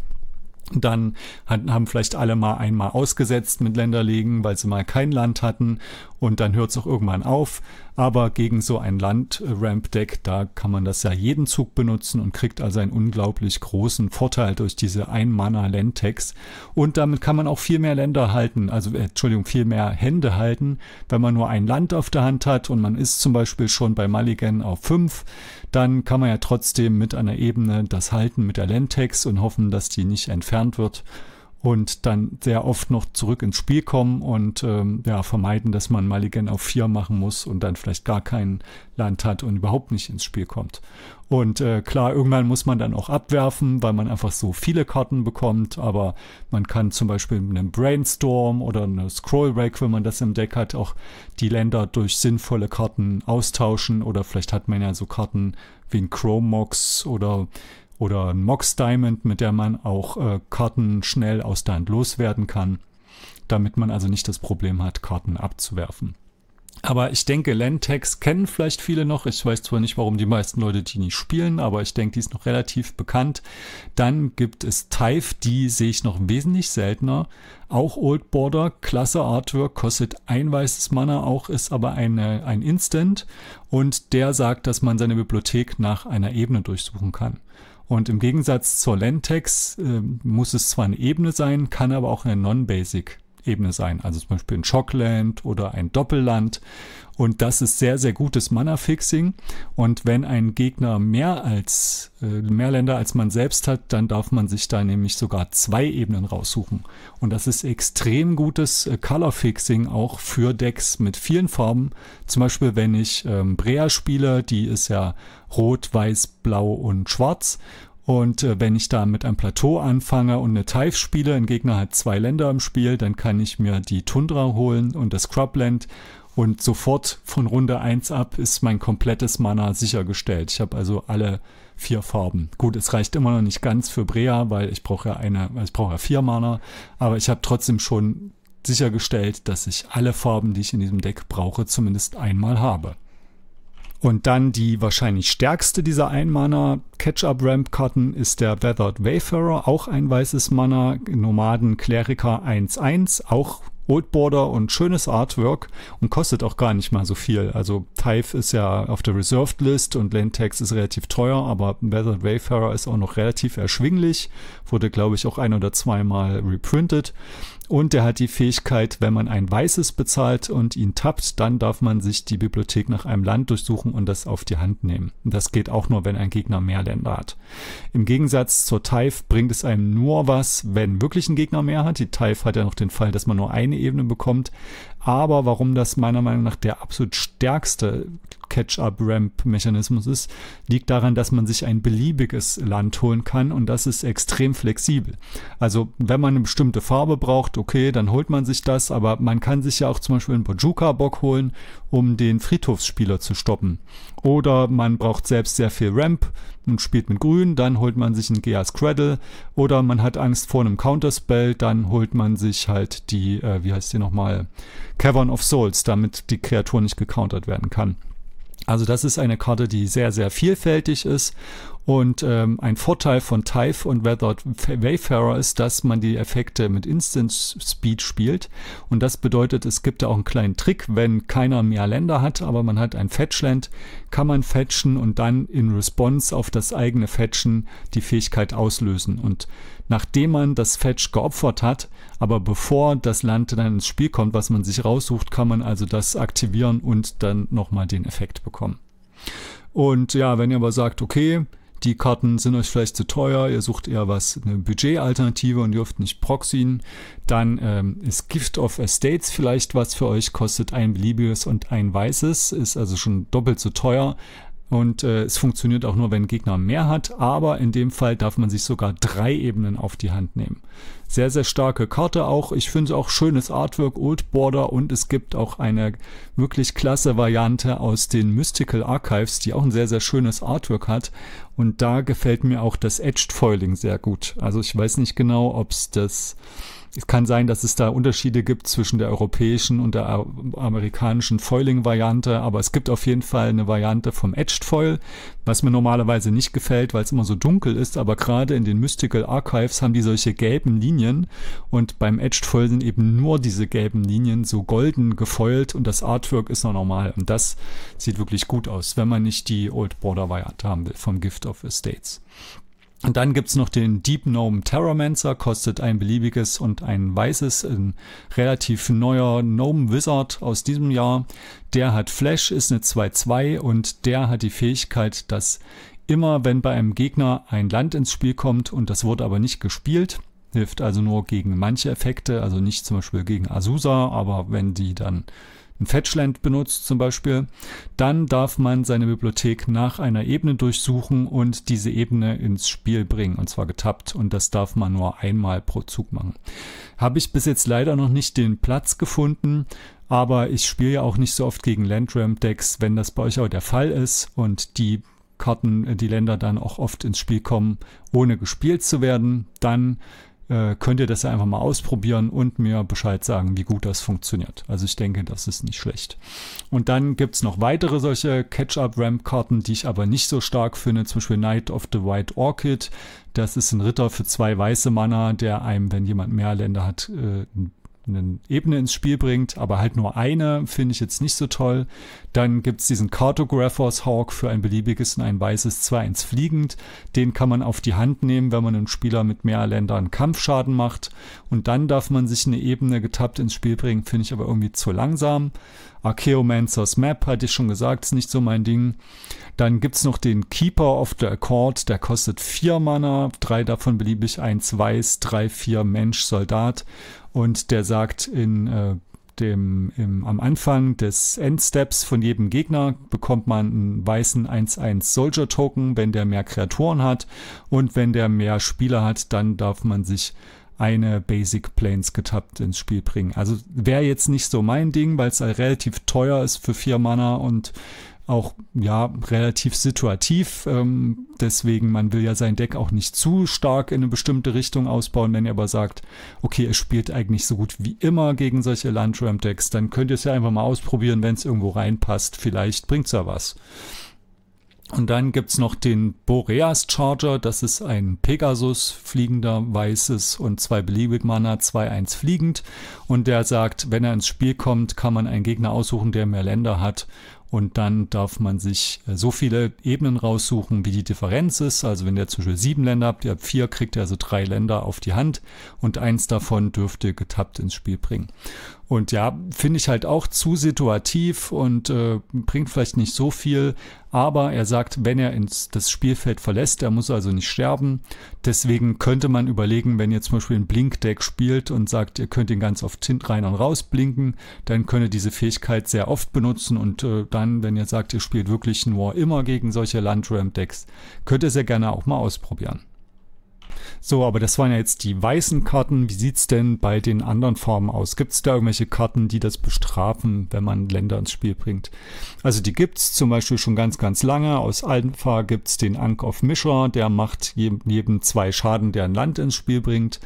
Dann haben vielleicht alle mal einmal ausgesetzt mit Länderlegen, weil sie mal kein Land hatten und dann hört es auch irgendwann auf. Aber gegen so ein Land-Ramp-Deck, da kann man das ja jeden Zug benutzen und kriegt also einen unglaublich großen Vorteil durch diese Ein-Mana-Landtags. Und damit kann man auch viel mehr Länder halten, viel mehr Hände halten, wenn man nur ein Land auf der Hand hat und man ist zum Beispiel schon bei Mulligan auf 5, dann kann man ja trotzdem mit einer Ebene das halten mit der Landtags und hoffen, dass die nicht entfernt wird und dann sehr oft noch zurück ins Spiel kommen und vermeiden, dass man Mulligan auf 4 machen muss und dann vielleicht gar kein Land hat und überhaupt nicht ins Spiel kommt. Und klar, irgendwann muss man dann auch abwerfen, weil man einfach so viele Karten bekommt, aber man kann zum Beispiel mit einem Brainstorm oder eine Scrollbreak, wenn man das im Deck hat, auch die Länder durch sinnvolle Karten austauschen oder vielleicht hat man ja so Karten wie ein Chrome Mox oder ein Mox Diamond, mit der man auch Karten schnell aus der Hand loswerden kann, damit man also nicht das Problem hat, Karten abzuwerfen. Aber ich denke, Landtax kennen vielleicht viele noch. Ich weiß zwar nicht, warum die meisten Leute die nicht spielen, aber ich denke, die ist noch relativ bekannt. Dann gibt es Tithe, die sehe ich noch wesentlich seltener. Auch Old Border, klasse Artwork, kostet ein weißes Mana, auch ist aber ein Instant. Und der sagt, dass man seine Bibliothek nach einer Ebene durchsuchen kann. Und im Gegensatz zur Landtax muss es zwar eine Ebene sein, kann aber auch eine Non-Basic Ebene sein, also zum Beispiel ein Shockland oder ein Doppelland, und das ist sehr, sehr gutes Mana-Fixing, und wenn ein Gegner mehr Länder als man selbst hat, dann darf man sich da nämlich sogar 2 Ebenen raussuchen, und das ist extrem gutes Color-Fixing auch für Decks mit vielen Farben. Zum Beispiel, wenn ich Breya spiele, die ist ja rot, weiß, blau und schwarz. Und wenn ich da mit einem Plateau anfange und eine Tithe spiele, ein Gegner hat 2 Länder im Spiel, dann kann ich mir die Tundra holen und das Scrubland, und sofort von Runde 1 ab ist mein komplettes Mana sichergestellt. Ich habe also alle 4 Farben. Gut, es reicht immer noch nicht ganz für Breya, weil ich brauche ja 4 Mana, aber ich habe trotzdem schon sichergestellt, dass ich alle Farben, die ich in diesem Deck brauche, zumindest einmal habe. Und dann die wahrscheinlich stärkste dieser Ein-Mana-Catch-Up-Ramp-Karten ist der Weathered Wayfarer, auch ein weißes Mana, Nomaden Kleriker 1/1, auch Old Border und schönes Artwork und kostet auch gar nicht mal so viel. Also Tithe ist ja auf der Reserved List und Landtax ist relativ teuer, aber Weathered Wayfarer ist auch noch relativ erschwinglich, wurde glaube ich auch 1 oder 2 Mal reprintet. Und der hat die Fähigkeit, wenn man ein weißes bezahlt und ihn tappt, dann darf man sich die Bibliothek nach einem Land durchsuchen und das auf die Hand nehmen. Und das geht auch nur, wenn ein Gegner mehr Länder hat. Im Gegensatz zur Tithe bringt es einem nur was, wenn wirklich ein Gegner mehr hat. Die Tithe hat ja noch den Fall, dass man nur eine Ebene bekommt. Aber warum das meiner Meinung nach der absolut stärkste Catch-up-Ramp-Mechanismus ist, liegt daran, dass man sich ein beliebiges Land holen kann, und das ist extrem flexibel. Also wenn man eine bestimmte Farbe braucht, okay, dann holt man sich das, aber man kann sich ja auch zum Beispiel einen Bojuka-Bock holen, um den Friedhofsspieler zu stoppen. Oder man braucht selbst sehr viel Ramp und spielt mit Grün, dann holt man sich einen Geas Cradle. Oder man hat Angst vor einem Counterspell, dann holt man sich halt die, wie heißt die nochmal, Cavern of Souls, damit die Kreatur nicht gecountert werden kann. Also das ist eine Karte, die sehr, sehr vielfältig ist, und ein Vorteil von Tithe und Weathered Wayfarer ist, dass man die Effekte mit Instant Speed spielt, und das bedeutet, es gibt ja auch einen kleinen Trick, wenn keiner mehr Länder hat, aber man hat ein Fetchland, kann man fetchen und dann in Response auf das eigene Fetchen die Fähigkeit auslösen, und nachdem man das Fetch geopfert hat, aber bevor das Land dann ins Spiel kommt, was man sich raussucht, kann man also das aktivieren und dann nochmal den Effekt bekommen. Und ja, wenn ihr aber sagt, okay, die Karten sind euch vielleicht zu teuer, ihr sucht eher eine Budgetalternative und dürft nicht proxyen, dann ist Gift of Estates vielleicht was für euch, kostet ein beliebiges und ein weißes, ist also schon doppelt so teuer. Und es funktioniert auch nur, wenn ein Gegner mehr hat, aber in dem Fall darf man sich sogar 3 Ebenen auf die Hand nehmen. Sehr, sehr starke Karte auch. Ich finde auch schönes Artwork, Old Border, und es gibt auch eine wirklich klasse Variante aus den Mystical Archives, die auch ein sehr, sehr schönes Artwork hat. Und da gefällt mir auch das Edged Foiling sehr gut. Also ich weiß nicht genau, ob es kann sein, dass es da Unterschiede gibt zwischen der europäischen und der amerikanischen Foiling-Variante, aber es gibt auf jeden Fall eine Variante vom Edged Foil, was mir normalerweise nicht gefällt, weil es immer so dunkel ist, aber gerade in den Mystical Archives haben die solche gelben Linien, und beim Edged Foil sind eben nur diese gelben Linien so golden gefoilt, und das Artwork ist noch normal, und das sieht wirklich gut aus, wenn man nicht die Old Border Variante haben will vom Gift of Estates. Und dann gibt's noch den Deep Gnome Terramancer, kostet ein beliebiges und ein weißes, ein relativ neuer Gnome Wizard aus diesem Jahr. Der hat Flash, ist eine 2/2, und der hat die Fähigkeit, dass immer, wenn bei einem Gegner ein Land ins Spiel kommt und das wurde aber nicht gespielt, hilft also nur gegen manche Effekte, also nicht zum Beispiel gegen Azusa, aber wenn die dann ein Fetchland benutzt zum Beispiel, dann darf man seine Bibliothek nach einer Ebene durchsuchen und diese Ebene ins Spiel bringen, und zwar getappt, und das darf man nur einmal pro Zug machen. Habe ich bis jetzt leider noch nicht den Platz gefunden, aber ich spiele ja auch nicht so oft gegen Landramp-Decks. Wenn das bei euch auch der Fall ist und die Karten, die Länder dann auch oft ins Spiel kommen, ohne gespielt zu werden, dann könnt ihr das ja einfach mal ausprobieren und mir Bescheid sagen, wie gut das funktioniert. Also ich denke, das ist nicht schlecht. Und dann gibt es noch weitere solche Catch-up-Ramp-Karten, die ich aber nicht so stark finde, zum Beispiel Knight of the White Orchid. Das ist ein Ritter für 2 weiße Mana, der einem, wenn jemand mehr Länder hat, eine Ebene ins Spiel bringt, aber halt nur eine, finde ich jetzt nicht so toll. Dann gibt es diesen Cartographers Hawk für ein beliebiges und ein weißes 2/1 fliegend. Den kann man auf die Hand nehmen, wenn man einem Spieler mit mehr Ländern Kampfschaden macht. Und dann darf man sich eine Ebene getappt ins Spiel bringen, finde ich aber irgendwie zu langsam. Archaeomancer's Map, hatte ich schon gesagt, ist nicht so mein Ding. Dann gibt es noch den Keeper of the Accord, der kostet 4 Mana, 3 davon beliebig, 1 weiß, 3/4 Mensch, Soldat. Und der sagt am Anfang des Endsteps von jedem Gegner bekommt man einen weißen 1/1 Soldier Token, wenn der mehr Kreaturen hat. Und wenn der mehr Spieler hat, dann darf man sich eine Basic Plains getappt ins Spiel bringen. Also wäre jetzt nicht so mein Ding, weil es halt relativ teuer ist für 4 Mana und auch ja relativ situativ. Deswegen, man will ja sein Deck auch nicht zu stark in eine bestimmte Richtung ausbauen. Wenn ihr aber sagt, okay, ihr spielt eigentlich so gut wie immer gegen solche Landramp-Decks, dann könnt ihr es ja einfach mal ausprobieren, wenn es irgendwo reinpasst. Vielleicht bringt es ja was. Und dann gibt es noch den Boreas Charger, das ist ein Pegasus, fliegender, weißes und 2 beliebig Mana, 2/1 fliegend. Und der sagt, wenn er ins Spiel kommt, kann man einen Gegner aussuchen, der mehr Länder hat. Und dann darf man sich so viele Ebenen raussuchen, wie die Differenz ist. Also wenn ihr zum Beispiel 7 Länder habt, ihr habt 4, kriegt ihr also 3 Länder auf die Hand und 1 davon dürft ihr getappt ins Spiel bringen. Und ja, finde ich halt auch zu situativ und bringt vielleicht nicht so viel. Aber er sagt, wenn er das Spielfeld verlässt, er muss also nicht sterben. Deswegen könnte man überlegen, wenn ihr zum Beispiel ein Blink-Deck spielt und sagt, ihr könnt ihn ganz oft rein und raus blinken, dann könnt ihr diese Fähigkeit sehr oft benutzen. Und dann, wenn ihr sagt, ihr spielt wirklich nur immer gegen solche Landramp-Decks, könnt ihr sehr gerne auch mal ausprobieren. So, aber das waren ja jetzt die weißen Karten. Wie sieht's denn bei den anderen Farben aus? Gibt es da irgendwelche Karten, die das bestrafen, wenn man Länder ins Spiel bringt? Also die gibt's zum Beispiel schon ganz, ganz lange. Aus Alpha gibt's den Ankh of Mishra, der macht jedem 2 Schaden, der ein Land ins Spiel bringt.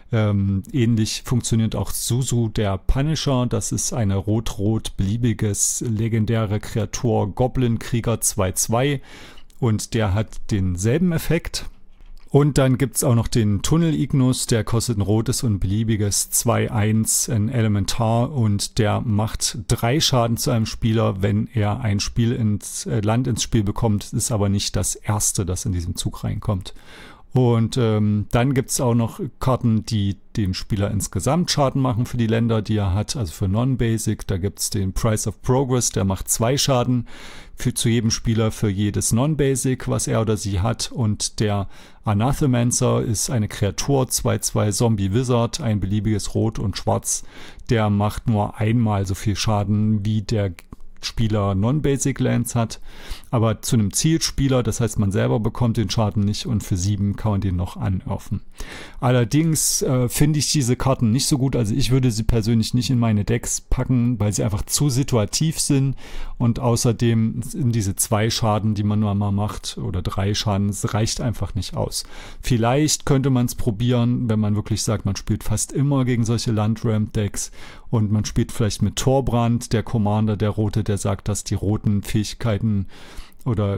Ähnlich funktioniert auch Suzu, der Punisher. Das ist eine rot-rot beliebiges legendäre Kreatur, Goblin-Krieger 2/2 und der hat denselben Effekt. Und dann gibt es auch noch den Tunnel Ignus, der kostet ein rotes und beliebiges 2/1, ein Elementar und der macht 3 Schaden zu einem Spieler, wenn er ein Land ins Spiel bekommt. Das ist aber nicht das erste, das in diesem Zug reinkommt. Und dann gibt es auch noch Karten, die dem Spieler insgesamt Schaden machen für die Länder, die er hat, also für Non-Basic. Da gibt es den Price of Progress, der macht 2 Schaden zu jedem Spieler für jedes Non-Basic, was er oder sie hat. Und der Anathemancer ist eine Kreatur, 2/2 Zombie-Wizard, ein beliebiges Rot und Schwarz. Der macht nur einmal so viel Schaden, wie der Spieler Non-Basic Lands hat, aber zu einem Zielspieler, das heißt man selber bekommt den Schaden nicht und für 7 kann man den noch anwerfen. Allerdings finde ich diese Karten nicht so gut, also ich würde sie persönlich nicht in meine Decks packen, weil sie einfach zu situativ sind und außerdem sind diese 2 Schaden, die man nur mal macht oder 3 Schaden, das reicht einfach nicht aus. Vielleicht könnte man es probieren, wenn man wirklich sagt, man spielt fast immer gegen solche Landramp-Decks und man spielt vielleicht mit Torbrand, der Commander, der Rote, der sagt, dass die roten Fähigkeiten oder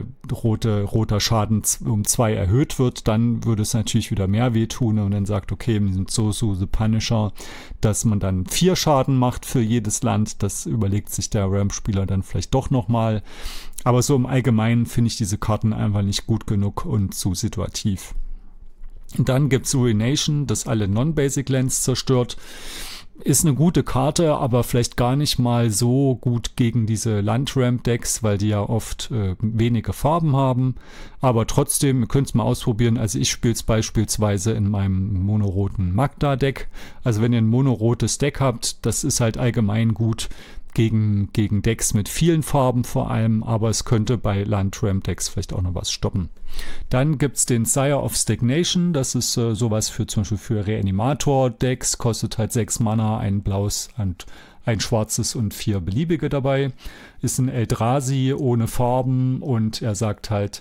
roter Schaden um 2 erhöht wird, dann würde es natürlich wieder mehr wehtun und dann sagt, okay, in diesem Suzu the Punisher, dass man dann 4 Schaden macht für jedes Land, das überlegt sich der Ramp-Spieler dann vielleicht doch nochmal. Aber so im Allgemeinen finde ich diese Karten einfach nicht gut genug und zu situativ. Und dann gibt es Ruination, das alle Non-Basic Lands zerstört. Ist eine gute Karte, aber vielleicht gar nicht mal so gut gegen diese Landramp-Decks, weil die ja oft wenige Farben haben. Aber trotzdem, ihr könnt es mal ausprobieren. Also ich spiele es beispielsweise in meinem monoroten Magda-Deck. Also wenn ihr ein monorotes Deck habt, das ist halt allgemein gut gegen Decks mit vielen Farben vor allem, aber es könnte bei Landramp-Decks vielleicht auch noch was stoppen. Dann gibt es den Sire of Stagnation, das ist sowas für zum Beispiel für Reanimator-Decks, kostet halt 6 Mana, ein blaues und ein schwarzes und 4 beliebige dabei. Ist ein Eldrazi ohne Farben und er sagt halt,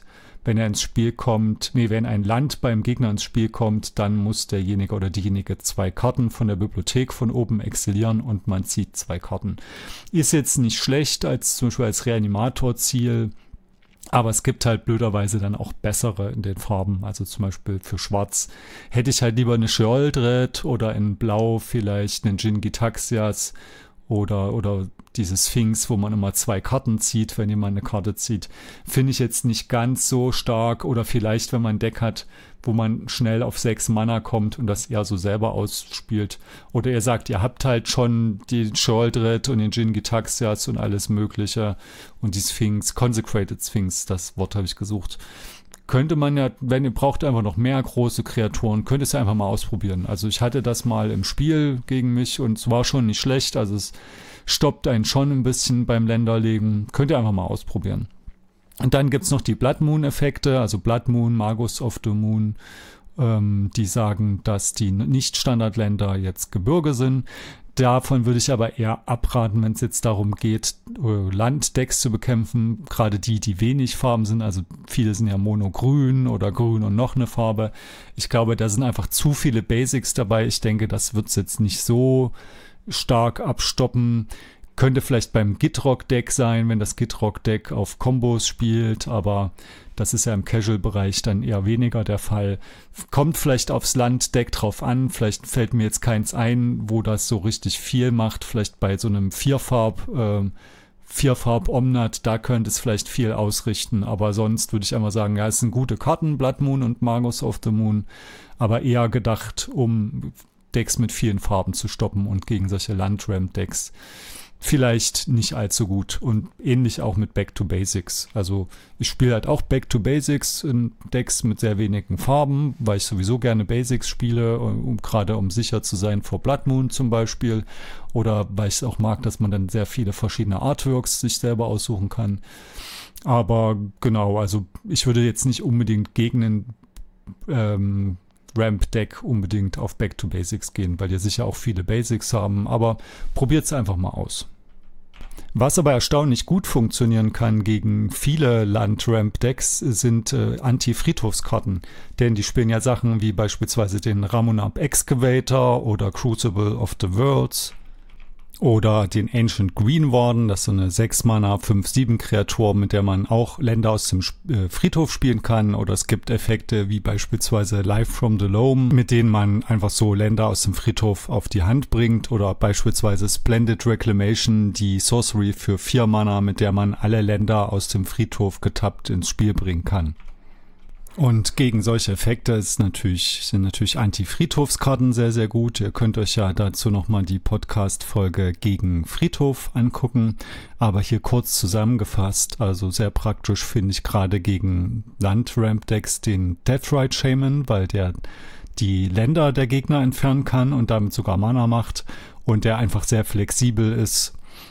wenn wenn ein Land beim Gegner ins Spiel kommt, dann muss derjenige oder diejenige 2 Karten von der Bibliothek von oben exilieren und man zieht 2 Karten. Ist jetzt nicht schlecht zum Beispiel als Reanimatorziel, aber es gibt halt blöderweise dann auch bessere in den Farben. Also zum Beispiel für Schwarz hätte ich halt lieber eine Sheoldred oder in Blau vielleicht einen Jin-Gitaxias oder diese Sphinx, wo man immer 2 Karten zieht, wenn jemand eine Karte zieht. Finde ich jetzt nicht ganz so stark. Oder vielleicht, wenn man ein Deck hat, wo man schnell auf 6 Mana kommt und das eher so selber ausspielt. Oder ihr sagt, ihr habt halt schon die Sheoldred und den Jin-Gitaxias und alles Mögliche und die Sphinx, Consecrated Sphinx, das Wort habe ich gesucht. Könnte man ja, wenn ihr braucht einfach noch mehr große Kreaturen, könnt ihr es ja einfach mal ausprobieren. Also ich hatte das mal im Spiel gegen mich und es war schon nicht schlecht. Also es stoppt einen schon ein bisschen beim Länderlegen. Könnt ihr einfach mal ausprobieren. Und dann gibt es noch die Blood Moon-Effekte, also Blood Moon, Magus of the Moon, die sagen, dass die Nicht-Standardländer jetzt Gebirge sind. Davon würde ich aber eher abraten, wenn es jetzt darum geht, Landdecks zu bekämpfen, gerade die wenig Farben sind, also viele sind ja monogrün oder grün und noch eine Farbe. Ich glaube, da sind einfach zu viele Basics dabei. Ich denke, das wird es jetzt nicht so stark abstoppen. Könnte vielleicht beim Gitrog-Deck sein, wenn das Gitrog-Deck auf Kombos spielt, aber das ist ja im Casual-Bereich dann eher weniger der Fall. Kommt vielleicht aufs Landdeck drauf an, vielleicht fällt mir jetzt keins ein, wo das so richtig viel macht, vielleicht bei so einem Vierfarb-Omnat, da könnte es vielleicht viel ausrichten, aber sonst würde ich einmal sagen, ja, es sind gute Karten, Blood Moon und Magus of the Moon, aber eher gedacht, um Decks mit vielen Farben zu stoppen und gegen solche Land-Ramp-Decks vielleicht nicht allzu gut und ähnlich auch mit Back to Basics. Also ich spiele halt auch Back to Basics in Decks mit sehr wenigen Farben, weil ich sowieso gerne Basics spiele, gerade um sicher zu sein vor Blood Moon zum Beispiel, oder weil ich es auch mag, dass man dann sehr viele verschiedene Artworks sich selber aussuchen kann. Aber genau, also ich würde jetzt nicht unbedingt gegen einen Ramp-Deck unbedingt auf Back to Basics gehen, weil die sicher auch viele Basics haben, aber probiert es einfach mal aus. Was aber erstaunlich gut funktionieren kann gegen viele Land-Ramp-Decks sind Anti-Friedhofskarten, denn die spielen ja Sachen wie beispielsweise den Ramunap Excavator oder Crucible of the Worlds oder den Ancient Green Warden, das ist so eine 6-Mana 5/7 Kreatur, mit der man auch Länder aus dem Friedhof spielen kann, oder es gibt Effekte wie beispielsweise Life from the Loam, mit denen man einfach so Länder aus dem Friedhof auf die Hand bringt, oder beispielsweise Splendid Reclamation, die Sorcery für 4 Mana, mit der man alle Länder aus dem Friedhof getappt ins Spiel bringen kann. Und gegen solche Effekte sind natürlich Anti-Friedhofskarten sehr, sehr gut. Ihr könnt euch ja dazu nochmal die Podcast-Folge gegen Friedhof angucken. Aber hier kurz zusammengefasst, also sehr praktisch finde ich gerade gegen Land-Ramp-Decks den Deathrite Shaman, weil der die Länder der Gegner entfernen kann und damit sogar Mana macht und der einfach sehr flexibel ist.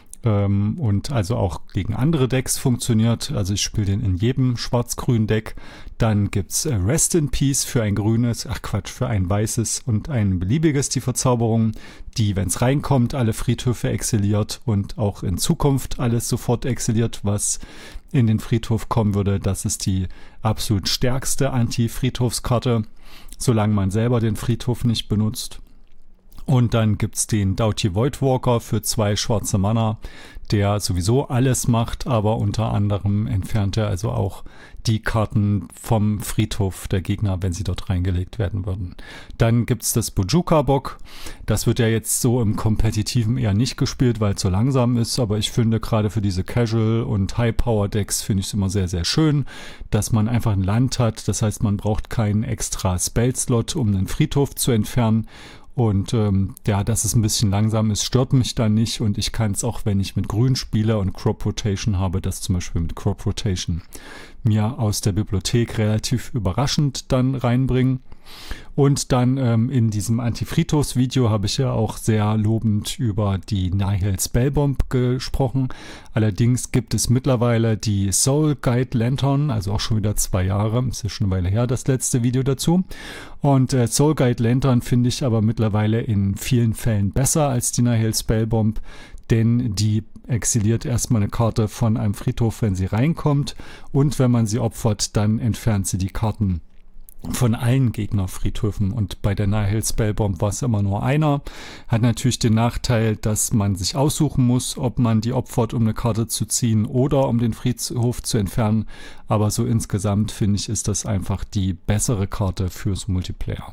Und also auch gegen andere Decks funktioniert. Also ich spiele den in jedem schwarz-grünen Deck. Dann gibt's Rest in Peace für ein grünes, für ein weißes und ein beliebiges, die Verzauberung, die, wenn es reinkommt, alle Friedhöfe exiliert und auch in Zukunft alles sofort exiliert, was in den Friedhof kommen würde. Das ist die absolut stärkste Anti-Friedhofskarte, solange man selber den Friedhof nicht benutzt. Und dann gibt's den Doughty Voidwalker für 2 schwarze Mana, der sowieso alles macht, aber unter anderem entfernt er also auch die Karten vom Friedhof der Gegner, wenn sie dort reingelegt werden würden. Dann gibt's das Bojuka-Bock. Das wird ja jetzt so im Kompetitiven eher nicht gespielt, weil es so langsam ist, aber ich finde gerade für diese Casual- und High-Power-Decks finde ich es immer sehr, sehr schön, dass man einfach ein Land hat. Das heißt, man braucht keinen extra Spell-Slot, um einen Friedhof zu entfernen. Und dass es ein bisschen langsam ist, stört mich da nicht. Und ich kann es auch, wenn ich mit Grün spiele und Crop Rotation habe, das zum Beispiel mit Crop Rotation mir aus der Bibliothek relativ überraschend dann reinbringen. Und dann in diesem Anti-Friedhofs-Video habe ich ja auch sehr lobend über die Nihil Spellbomb gesprochen. Allerdings gibt es mittlerweile die Soul Guide Lantern, also auch schon wieder 2 Jahre, ist ja schon eine Weile her, das letzte Video dazu. Und Soul Guide Lantern finde ich aber mittlerweile in vielen Fällen besser als die Nihil Spellbomb, denn die exiliert erstmal eine Karte von einem Friedhof, wenn sie reinkommt, und wenn man sie opfert, dann entfernt sie die Karten von allen Gegnerfriedhöfen. Und bei der Nihil Spellbomb war es immer nur einer. Hat natürlich den Nachteil, dass man sich aussuchen muss, ob man die opfert, um eine Karte zu ziehen oder um den Friedhof zu entfernen. Aber so insgesamt finde ich, ist das einfach die bessere Karte fürs Multiplayer.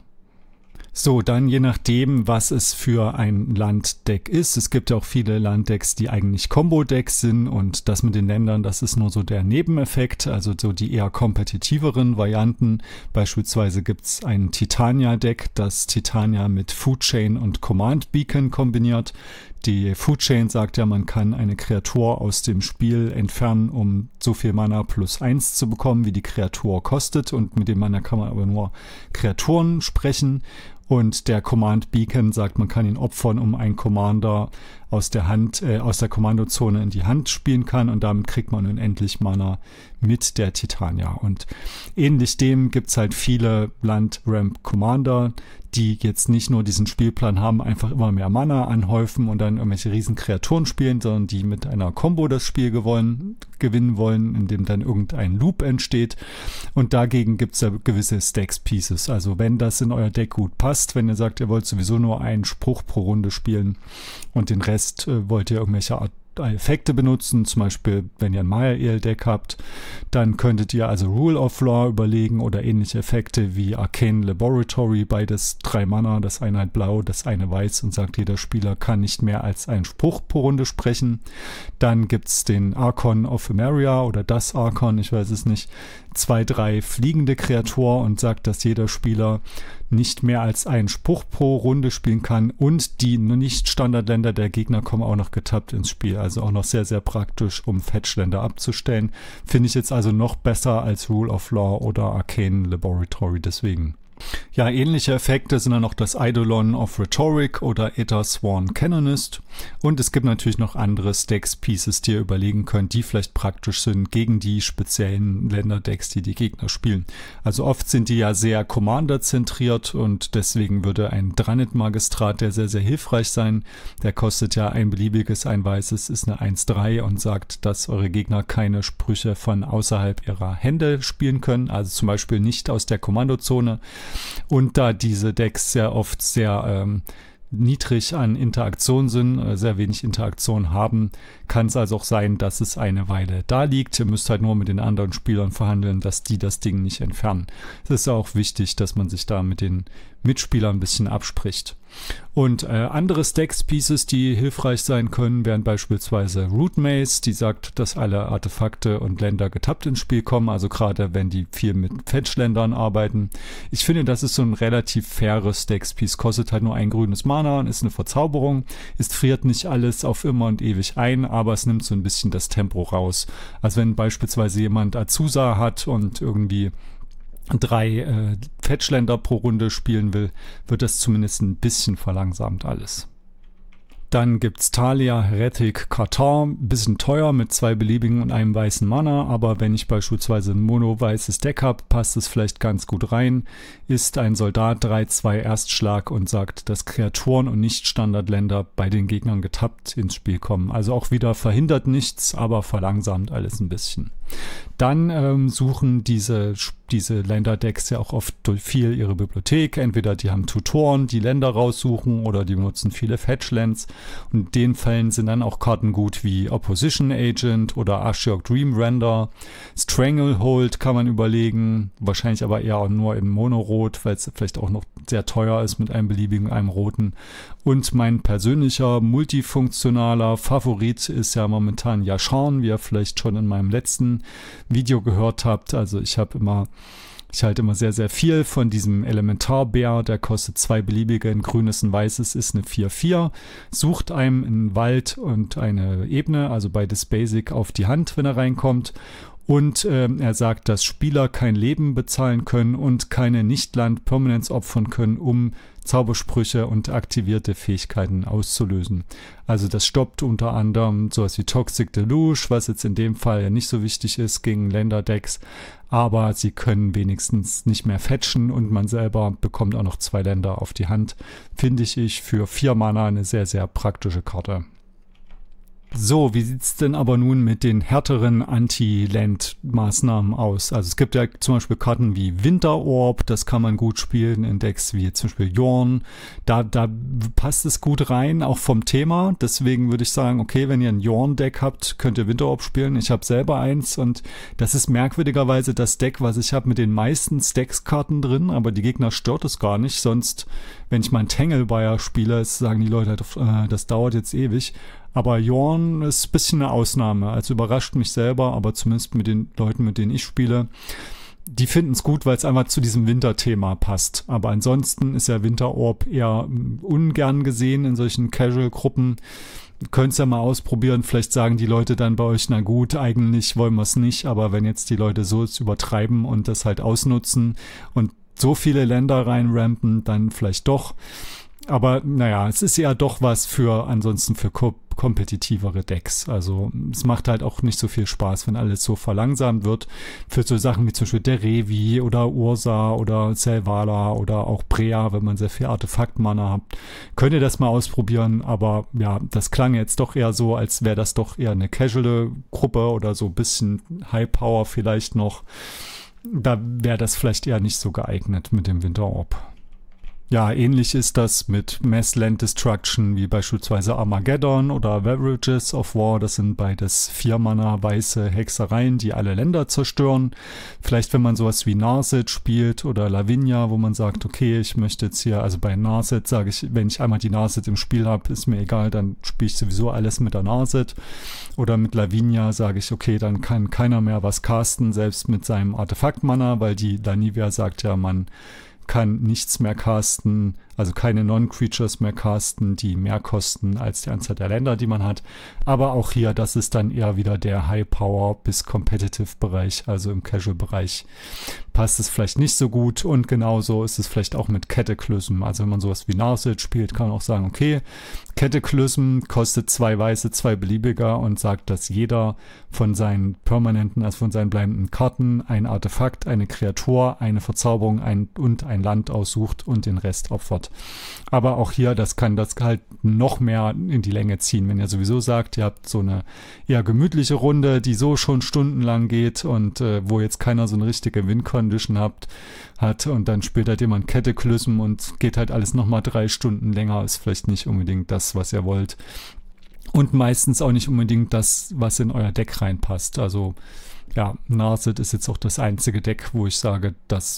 So, dann je nachdem, was es für ein Landdeck ist. Es gibt ja auch viele Landdecks, die eigentlich Combo-Decks sind, und das mit den Ländern, das ist nur so der Nebeneffekt, also so die eher kompetitiveren Varianten. Beispielsweise gibt's ein Titania-Deck, das Titania mit Food Chain und Command Beacon kombiniert. Die Food Chain sagt ja, man kann eine Kreatur aus dem Spiel entfernen, um so viel Mana +1 zu bekommen, wie die Kreatur kostet, und mit dem Mana kann man aber nur Kreaturen sprechen. Und der Command Beacon sagt, man kann ihn opfern, um einen Commander aus der Kommandozone in die Hand spielen kann, und damit kriegt man unendlich Mana mit der Titania. Und ähnlich dem gibt's halt viele Land-Ramp-Commander, die jetzt nicht nur diesen Spielplan haben, einfach immer mehr Mana anhäufen und dann irgendwelche riesen Kreaturen spielen, sondern die mit einer Combo das Spiel gewinnen wollen, indem dann irgendein Loop entsteht. Und dagegen gibt's ja gewisse Stacks-Pieces. Also wenn das in euer Deck gut passt, wenn ihr sagt, ihr wollt sowieso nur einen Spruch pro Runde spielen und den Rest wollt ihr irgendwelche Effekte benutzen, zum Beispiel wenn ihr ein Maya-El-Deck habt, dann könntet ihr also Rule of Law überlegen oder ähnliche Effekte wie Arcane Laboratory, beides 3 Mana, das eine halt blau, das eine weiß, und sagt, jeder Spieler kann nicht mehr als einen Spruch pro Runde sprechen. Dann gibt's den Archon of Emeria oder das Archon, ich weiß es nicht, 2, 3 fliegende Kreatur, und sagt, dass jeder Spieler nicht mehr als einen Spruch pro Runde spielen kann, und die Nicht-Standardländer der Gegner kommen auch noch getappt ins Spiel. Also auch noch sehr, sehr praktisch, um Fetchländer abzustellen. Finde ich jetzt also noch besser als Rule of Law oder Arcane Laboratory deswegen. Ja, ähnliche Effekte sind dann noch das Eidolon of Rhetoric oder Aethersworn Canonist. Und es gibt natürlich noch andere Stacks-Pieces, die ihr überlegen könnt, die vielleicht praktisch sind gegen die speziellen Länderdecks, die die Gegner spielen. Also oft sind die ja sehr Commander-zentriert, und deswegen würde ein Dranit-Magistrat, der sehr, sehr hilfreich sein. Der kostet ja ein beliebiges, ein weißes, ist eine 1/3 und sagt, dass eure Gegner keine Sprüche von außerhalb ihrer Hände spielen können, also zum Beispiel nicht aus der Kommandozone. Und da diese Decks sehr oft sehr niedrig an Interaktion sind, sehr wenig Interaktion haben, kann es also auch sein, dass es eine Weile da liegt. Ihr müsst halt nur mit den anderen Spielern verhandeln, dass die das Ding nicht entfernen. Es ist auch wichtig, dass man sich da mit den Mitspielern ein bisschen abspricht. Und andere Stacks-Pieces, die hilfreich sein können, wären beispielsweise Root Maze, die sagt, dass alle Artefakte und Länder getappt ins Spiel kommen, also gerade wenn die viel mit Fetch-Ländern arbeiten. Ich finde, das ist so ein relativ faires Stacks-Piece, kostet halt nur ein grünes Mana und ist eine Verzauberung. Es friert nicht alles auf immer und ewig ein, aber es nimmt so ein bisschen das Tempo raus. Also wenn beispielsweise jemand Azusa hat und irgendwie 3 Fetchländer pro Runde spielen will, wird das zumindest ein bisschen verlangsamt alles. Dann gibt's Thalia, Heretic, Katar, ein bisschen teuer mit 2 beliebigen und einem weißen Mana, aber wenn ich beispielsweise ein mono-weißes Deck habe, passt es vielleicht ganz gut rein. Ist ein Soldat 3/2 Erstschlag und sagt, dass Kreaturen und Nicht-Standardländer bei den Gegnern getappt ins Spiel kommen. Also auch wieder verhindert nichts, aber verlangsamt alles ein bisschen. Dann suchen diese Länderdecks ja auch oft viel ihre Bibliothek. Entweder die haben Tutoren, die Länder raussuchen, oder die benutzen viele Fetchlands. Und in den Fällen sind dann auch Karten gut wie Opposition Agent oder Ashiok Dream Render. Stranglehold kann man überlegen, wahrscheinlich aber eher auch nur in Monorot, weil es vielleicht auch noch sehr teuer ist mit einem beliebigen, einem roten. Und mein persönlicher multifunktionaler Favorit ist ja momentan Yasharn, wie ihr vielleicht schon in meinem letzten Video gehört habt. Also ich halte immer sehr, sehr viel von diesem Elementarbär, der kostet 2 beliebige, ein grünes, ein weißes, ist eine 4/4, sucht einem einen Wald und eine Ebene, also beides Basic, auf die Hand, wenn er reinkommt. Und er sagt, dass Spieler kein Leben bezahlen können und keine Nicht-Land-Permanents opfern können, um Zaubersprüche und aktivierte Fähigkeiten auszulösen. Also das stoppt unter anderem sowas wie Toxic Deluge, was jetzt in dem Fall ja nicht so wichtig ist gegen Länderdecks, aber sie können wenigstens nicht mehr fetchen und man selber bekommt auch noch 2 Länder auf die Hand. Finde ich für 4 Mana eine sehr, sehr praktische Karte. So, wie sieht's denn aber nun mit den härteren Anti-Land-Maßnahmen aus? Also es gibt ja zum Beispiel Karten wie Winterorb, das kann man gut spielen in Decks wie zum Beispiel Jorn. Da passt es gut rein, auch vom Thema. Deswegen würde ich sagen, okay, wenn ihr ein Jorn-Deck habt, könnt ihr Winterorb spielen. Ich habe selber eins und das ist merkwürdigerweise das Deck, was ich habe mit den meisten Stacks-Karten drin, aber die Gegner stört es gar nicht. Sonst, wenn ich mal einen Tangle-Buyer spiele, sagen die Leute halt, das dauert jetzt ewig. Aber Jorn ist ein bisschen eine Ausnahme. Also überrascht mich selber, aber zumindest mit den Leuten, mit denen ich spiele, die finden es gut, weil es einfach zu diesem Winterthema passt. Aber ansonsten ist ja Winterorb eher ungern gesehen in solchen Casual-Gruppen. Könnt es ja mal ausprobieren. Vielleicht sagen die Leute dann bei euch, na gut, eigentlich wollen wir es nicht. Aber wenn jetzt die Leute so es übertreiben und das halt ausnutzen und so viele Länder reinrampen, dann vielleicht doch. Aber naja, es ist ja doch was ansonsten für kompetitivere Decks. Also es macht halt auch nicht so viel Spaß, wenn alles so verlangsamt wird. Für so Sachen wie zum Beispiel der Revi oder Ursa oder Selvala oder auch Brea, wenn man sehr viel Artefakt-Mana hat. Könnt ihr das mal ausprobieren, aber ja, das klang jetzt doch eher so, als wäre das doch eher eine Casual-Gruppe oder so ein bisschen High-Power vielleicht noch. Da wäre das vielleicht eher nicht so geeignet mit dem Winterorb. Ja, ähnlich ist das mit Mass Land Destruction wie beispielsweise Armageddon oder Averages of War. Das sind beides 4-Mana weiße Hexereien, die alle Länder zerstören. Vielleicht, wenn man sowas wie Narset spielt oder Lavinia, wo man sagt, okay, ich möchte jetzt hier, also bei Narset sage ich, wenn ich einmal die Narset im Spiel habe, ist mir egal, dann spiele ich sowieso alles mit der Narset. Oder mit Lavinia sage ich, okay, dann kann keiner mehr was casten, selbst mit seinem Artefakt-Mana, weil die Lanivia sagt ja, man kann nichts mehr casten, also keine Non-Creatures mehr casten, die mehr kosten als die Anzahl der Länder, die man hat. Aber auch hier, das ist dann eher wieder der High-Power- bis Competitive-Bereich, also im Casual-Bereich passt es vielleicht nicht so gut. Und genauso ist es vielleicht auch mit Cataclysm. Also wenn man sowas wie Narset spielt, kann man auch sagen, okay, Cataclysm kostet 2 weiße, 2 beliebiger und sagt, dass jeder von seinen permanenten, also von seinen bleibenden Karten ein Artefakt, eine Kreatur, eine Verzauberung und ein Land aussucht und den Rest opfert. Aber auch hier, das kann das halt noch mehr in die Länge ziehen, wenn ihr sowieso sagt, ihr habt so eine eher gemütliche Runde, die so schon stundenlang geht und wo jetzt keiner so eine richtige Win-Condition hat und dann spielt halt jemand Cataclysm und geht halt alles nochmal 3 Stunden länger, ist vielleicht nicht unbedingt das, was ihr wollt. Und meistens auch nicht unbedingt das, was in euer Deck reinpasst. Also ja, Narset ist jetzt auch das einzige Deck, wo ich sage,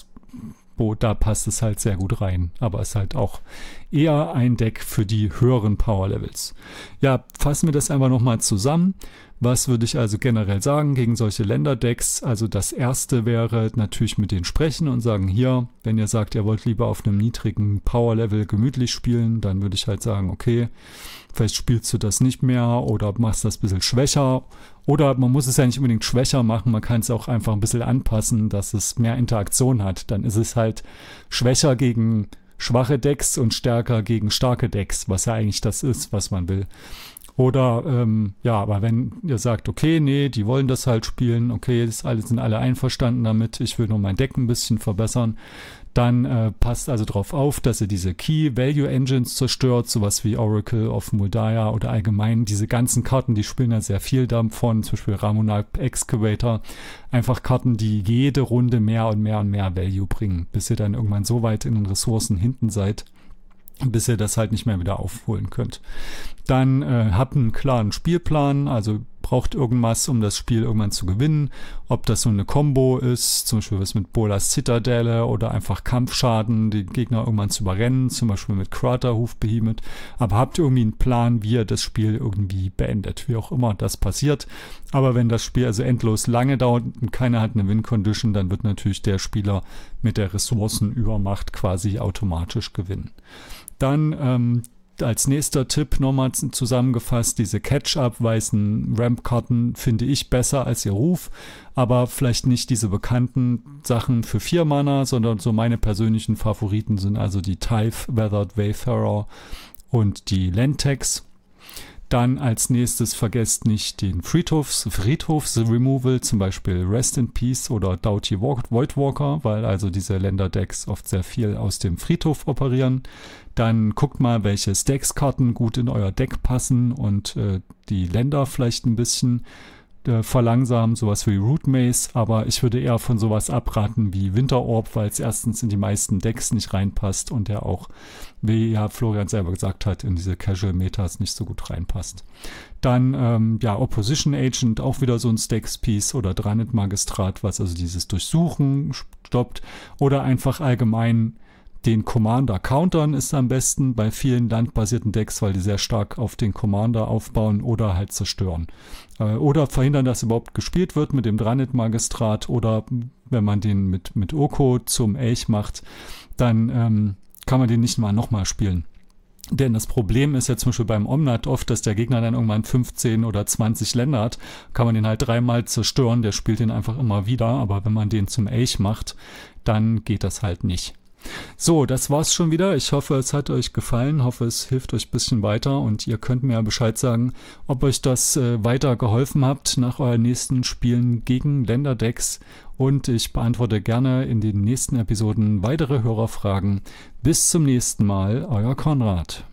da passt es halt sehr gut rein. Aber es ist halt auch eher ein Deck für die höheren Power-Levels. Ja, fassen wir das einfach nochmal zusammen. Was würde ich also generell sagen gegen solche Länderdecks? Also das erste wäre natürlich mit denen sprechen und sagen, hier, wenn ihr sagt, ihr wollt lieber auf einem niedrigen Power-Level gemütlich spielen, dann würde ich halt sagen, okay, vielleicht spielst du das nicht mehr oder machst das ein bisschen schwächer. Oder man muss es ja nicht unbedingt schwächer machen, man kann es auch einfach ein bisschen anpassen, dass es mehr Interaktion hat. Dann ist es halt schwächer gegen schwache Decks und stärker gegen starke Decks, was ja eigentlich das ist, was man will. Oder, ja, aber wenn ihr sagt, okay, nee, die wollen das halt spielen, okay, sind alle einverstanden damit, ich will nur mein Deck ein bisschen verbessern, dann passt also darauf auf, dass ihr diese Key-Value-Engines zerstört, sowas wie Oracle of Muldaya oder allgemein diese ganzen Karten, die spielen ja sehr viel davon, zum Beispiel Ramunap Excavator, einfach Karten, die jede Runde mehr und mehr und mehr Value bringen, bis ihr dann irgendwann so weit in den Ressourcen hinten seid, bis ihr das halt nicht mehr wieder aufholen könnt. Dann habt einen klaren Spielplan, also braucht irgendwas, um das Spiel irgendwann zu gewinnen. Ob das so eine Combo ist, zum Beispiel was mit Bolas Zitadelle oder einfach Kampfschaden, die Gegner irgendwann zu überrennen, zum Beispiel mit Kraterhoof Behemoth. Aber habt ihr irgendwie einen Plan, wie ihr das Spiel irgendwie beendet, wie auch immer das passiert. Aber wenn das Spiel also endlos lange dauert und keiner hat eine Win-Condition, dann wird natürlich der Spieler mit der Ressourcenübermacht quasi automatisch gewinnen. Dann als nächster Tipp nochmal zusammengefasst, diese Catch-up-weißen Ramp-Karten finde ich besser als ihr Ruf, aber vielleicht nicht diese bekannten Sachen für 4 Mana, sondern so meine persönlichen Favoriten sind also die Tithe, Weathered Wayfarer und die Lentex. Dann als nächstes vergesst nicht den Friedhofs-Removal, zum Beispiel Rest in Peace oder Doughty Voidwalker, weil also diese Länderdecks oft sehr viel aus dem Friedhof operieren. Dann guckt mal, welche Stacks-Karten gut in euer Deck passen und die Länder vielleicht ein bisschen verlangsamen, sowas wie Root Maze, aber ich würde eher von sowas abraten wie Winterorb, weil es erstens in die meisten Decks nicht reinpasst und der auch, wie ja Florian selber gesagt hat, in diese Casual-Metas nicht so gut reinpasst. Dann, Opposition Agent, auch wieder so ein Stacks-Piece oder Dranit Magistrat, was also dieses Durchsuchen stoppt oder einfach allgemein den Commander countern ist am besten bei vielen landbasierten Decks, weil die sehr stark auf den Commander aufbauen oder halt zerstören. Oder verhindern, dass überhaupt gespielt wird mit dem Dranit Magistrat oder wenn man den mit Oko zum Elch macht, dann kann man den nicht mal nochmal spielen. Denn das Problem ist ja zum Beispiel beim Omnat oft, dass der Gegner dann irgendwann 15 oder 20 Länder hat, kann man den halt 3-mal zerstören, der spielt den einfach immer wieder, aber wenn man den zum Elch macht, dann geht das halt nicht. So, das war's schon wieder. Ich hoffe, es hat euch gefallen, hoffe, es hilft euch ein bisschen weiter und ihr könnt mir ja Bescheid sagen, ob euch das weiter geholfen habt nach euren nächsten Spielen gegen Länderdecks und ich beantworte gerne in den nächsten Episoden weitere Hörerfragen. Bis zum nächsten Mal, euer Konrad.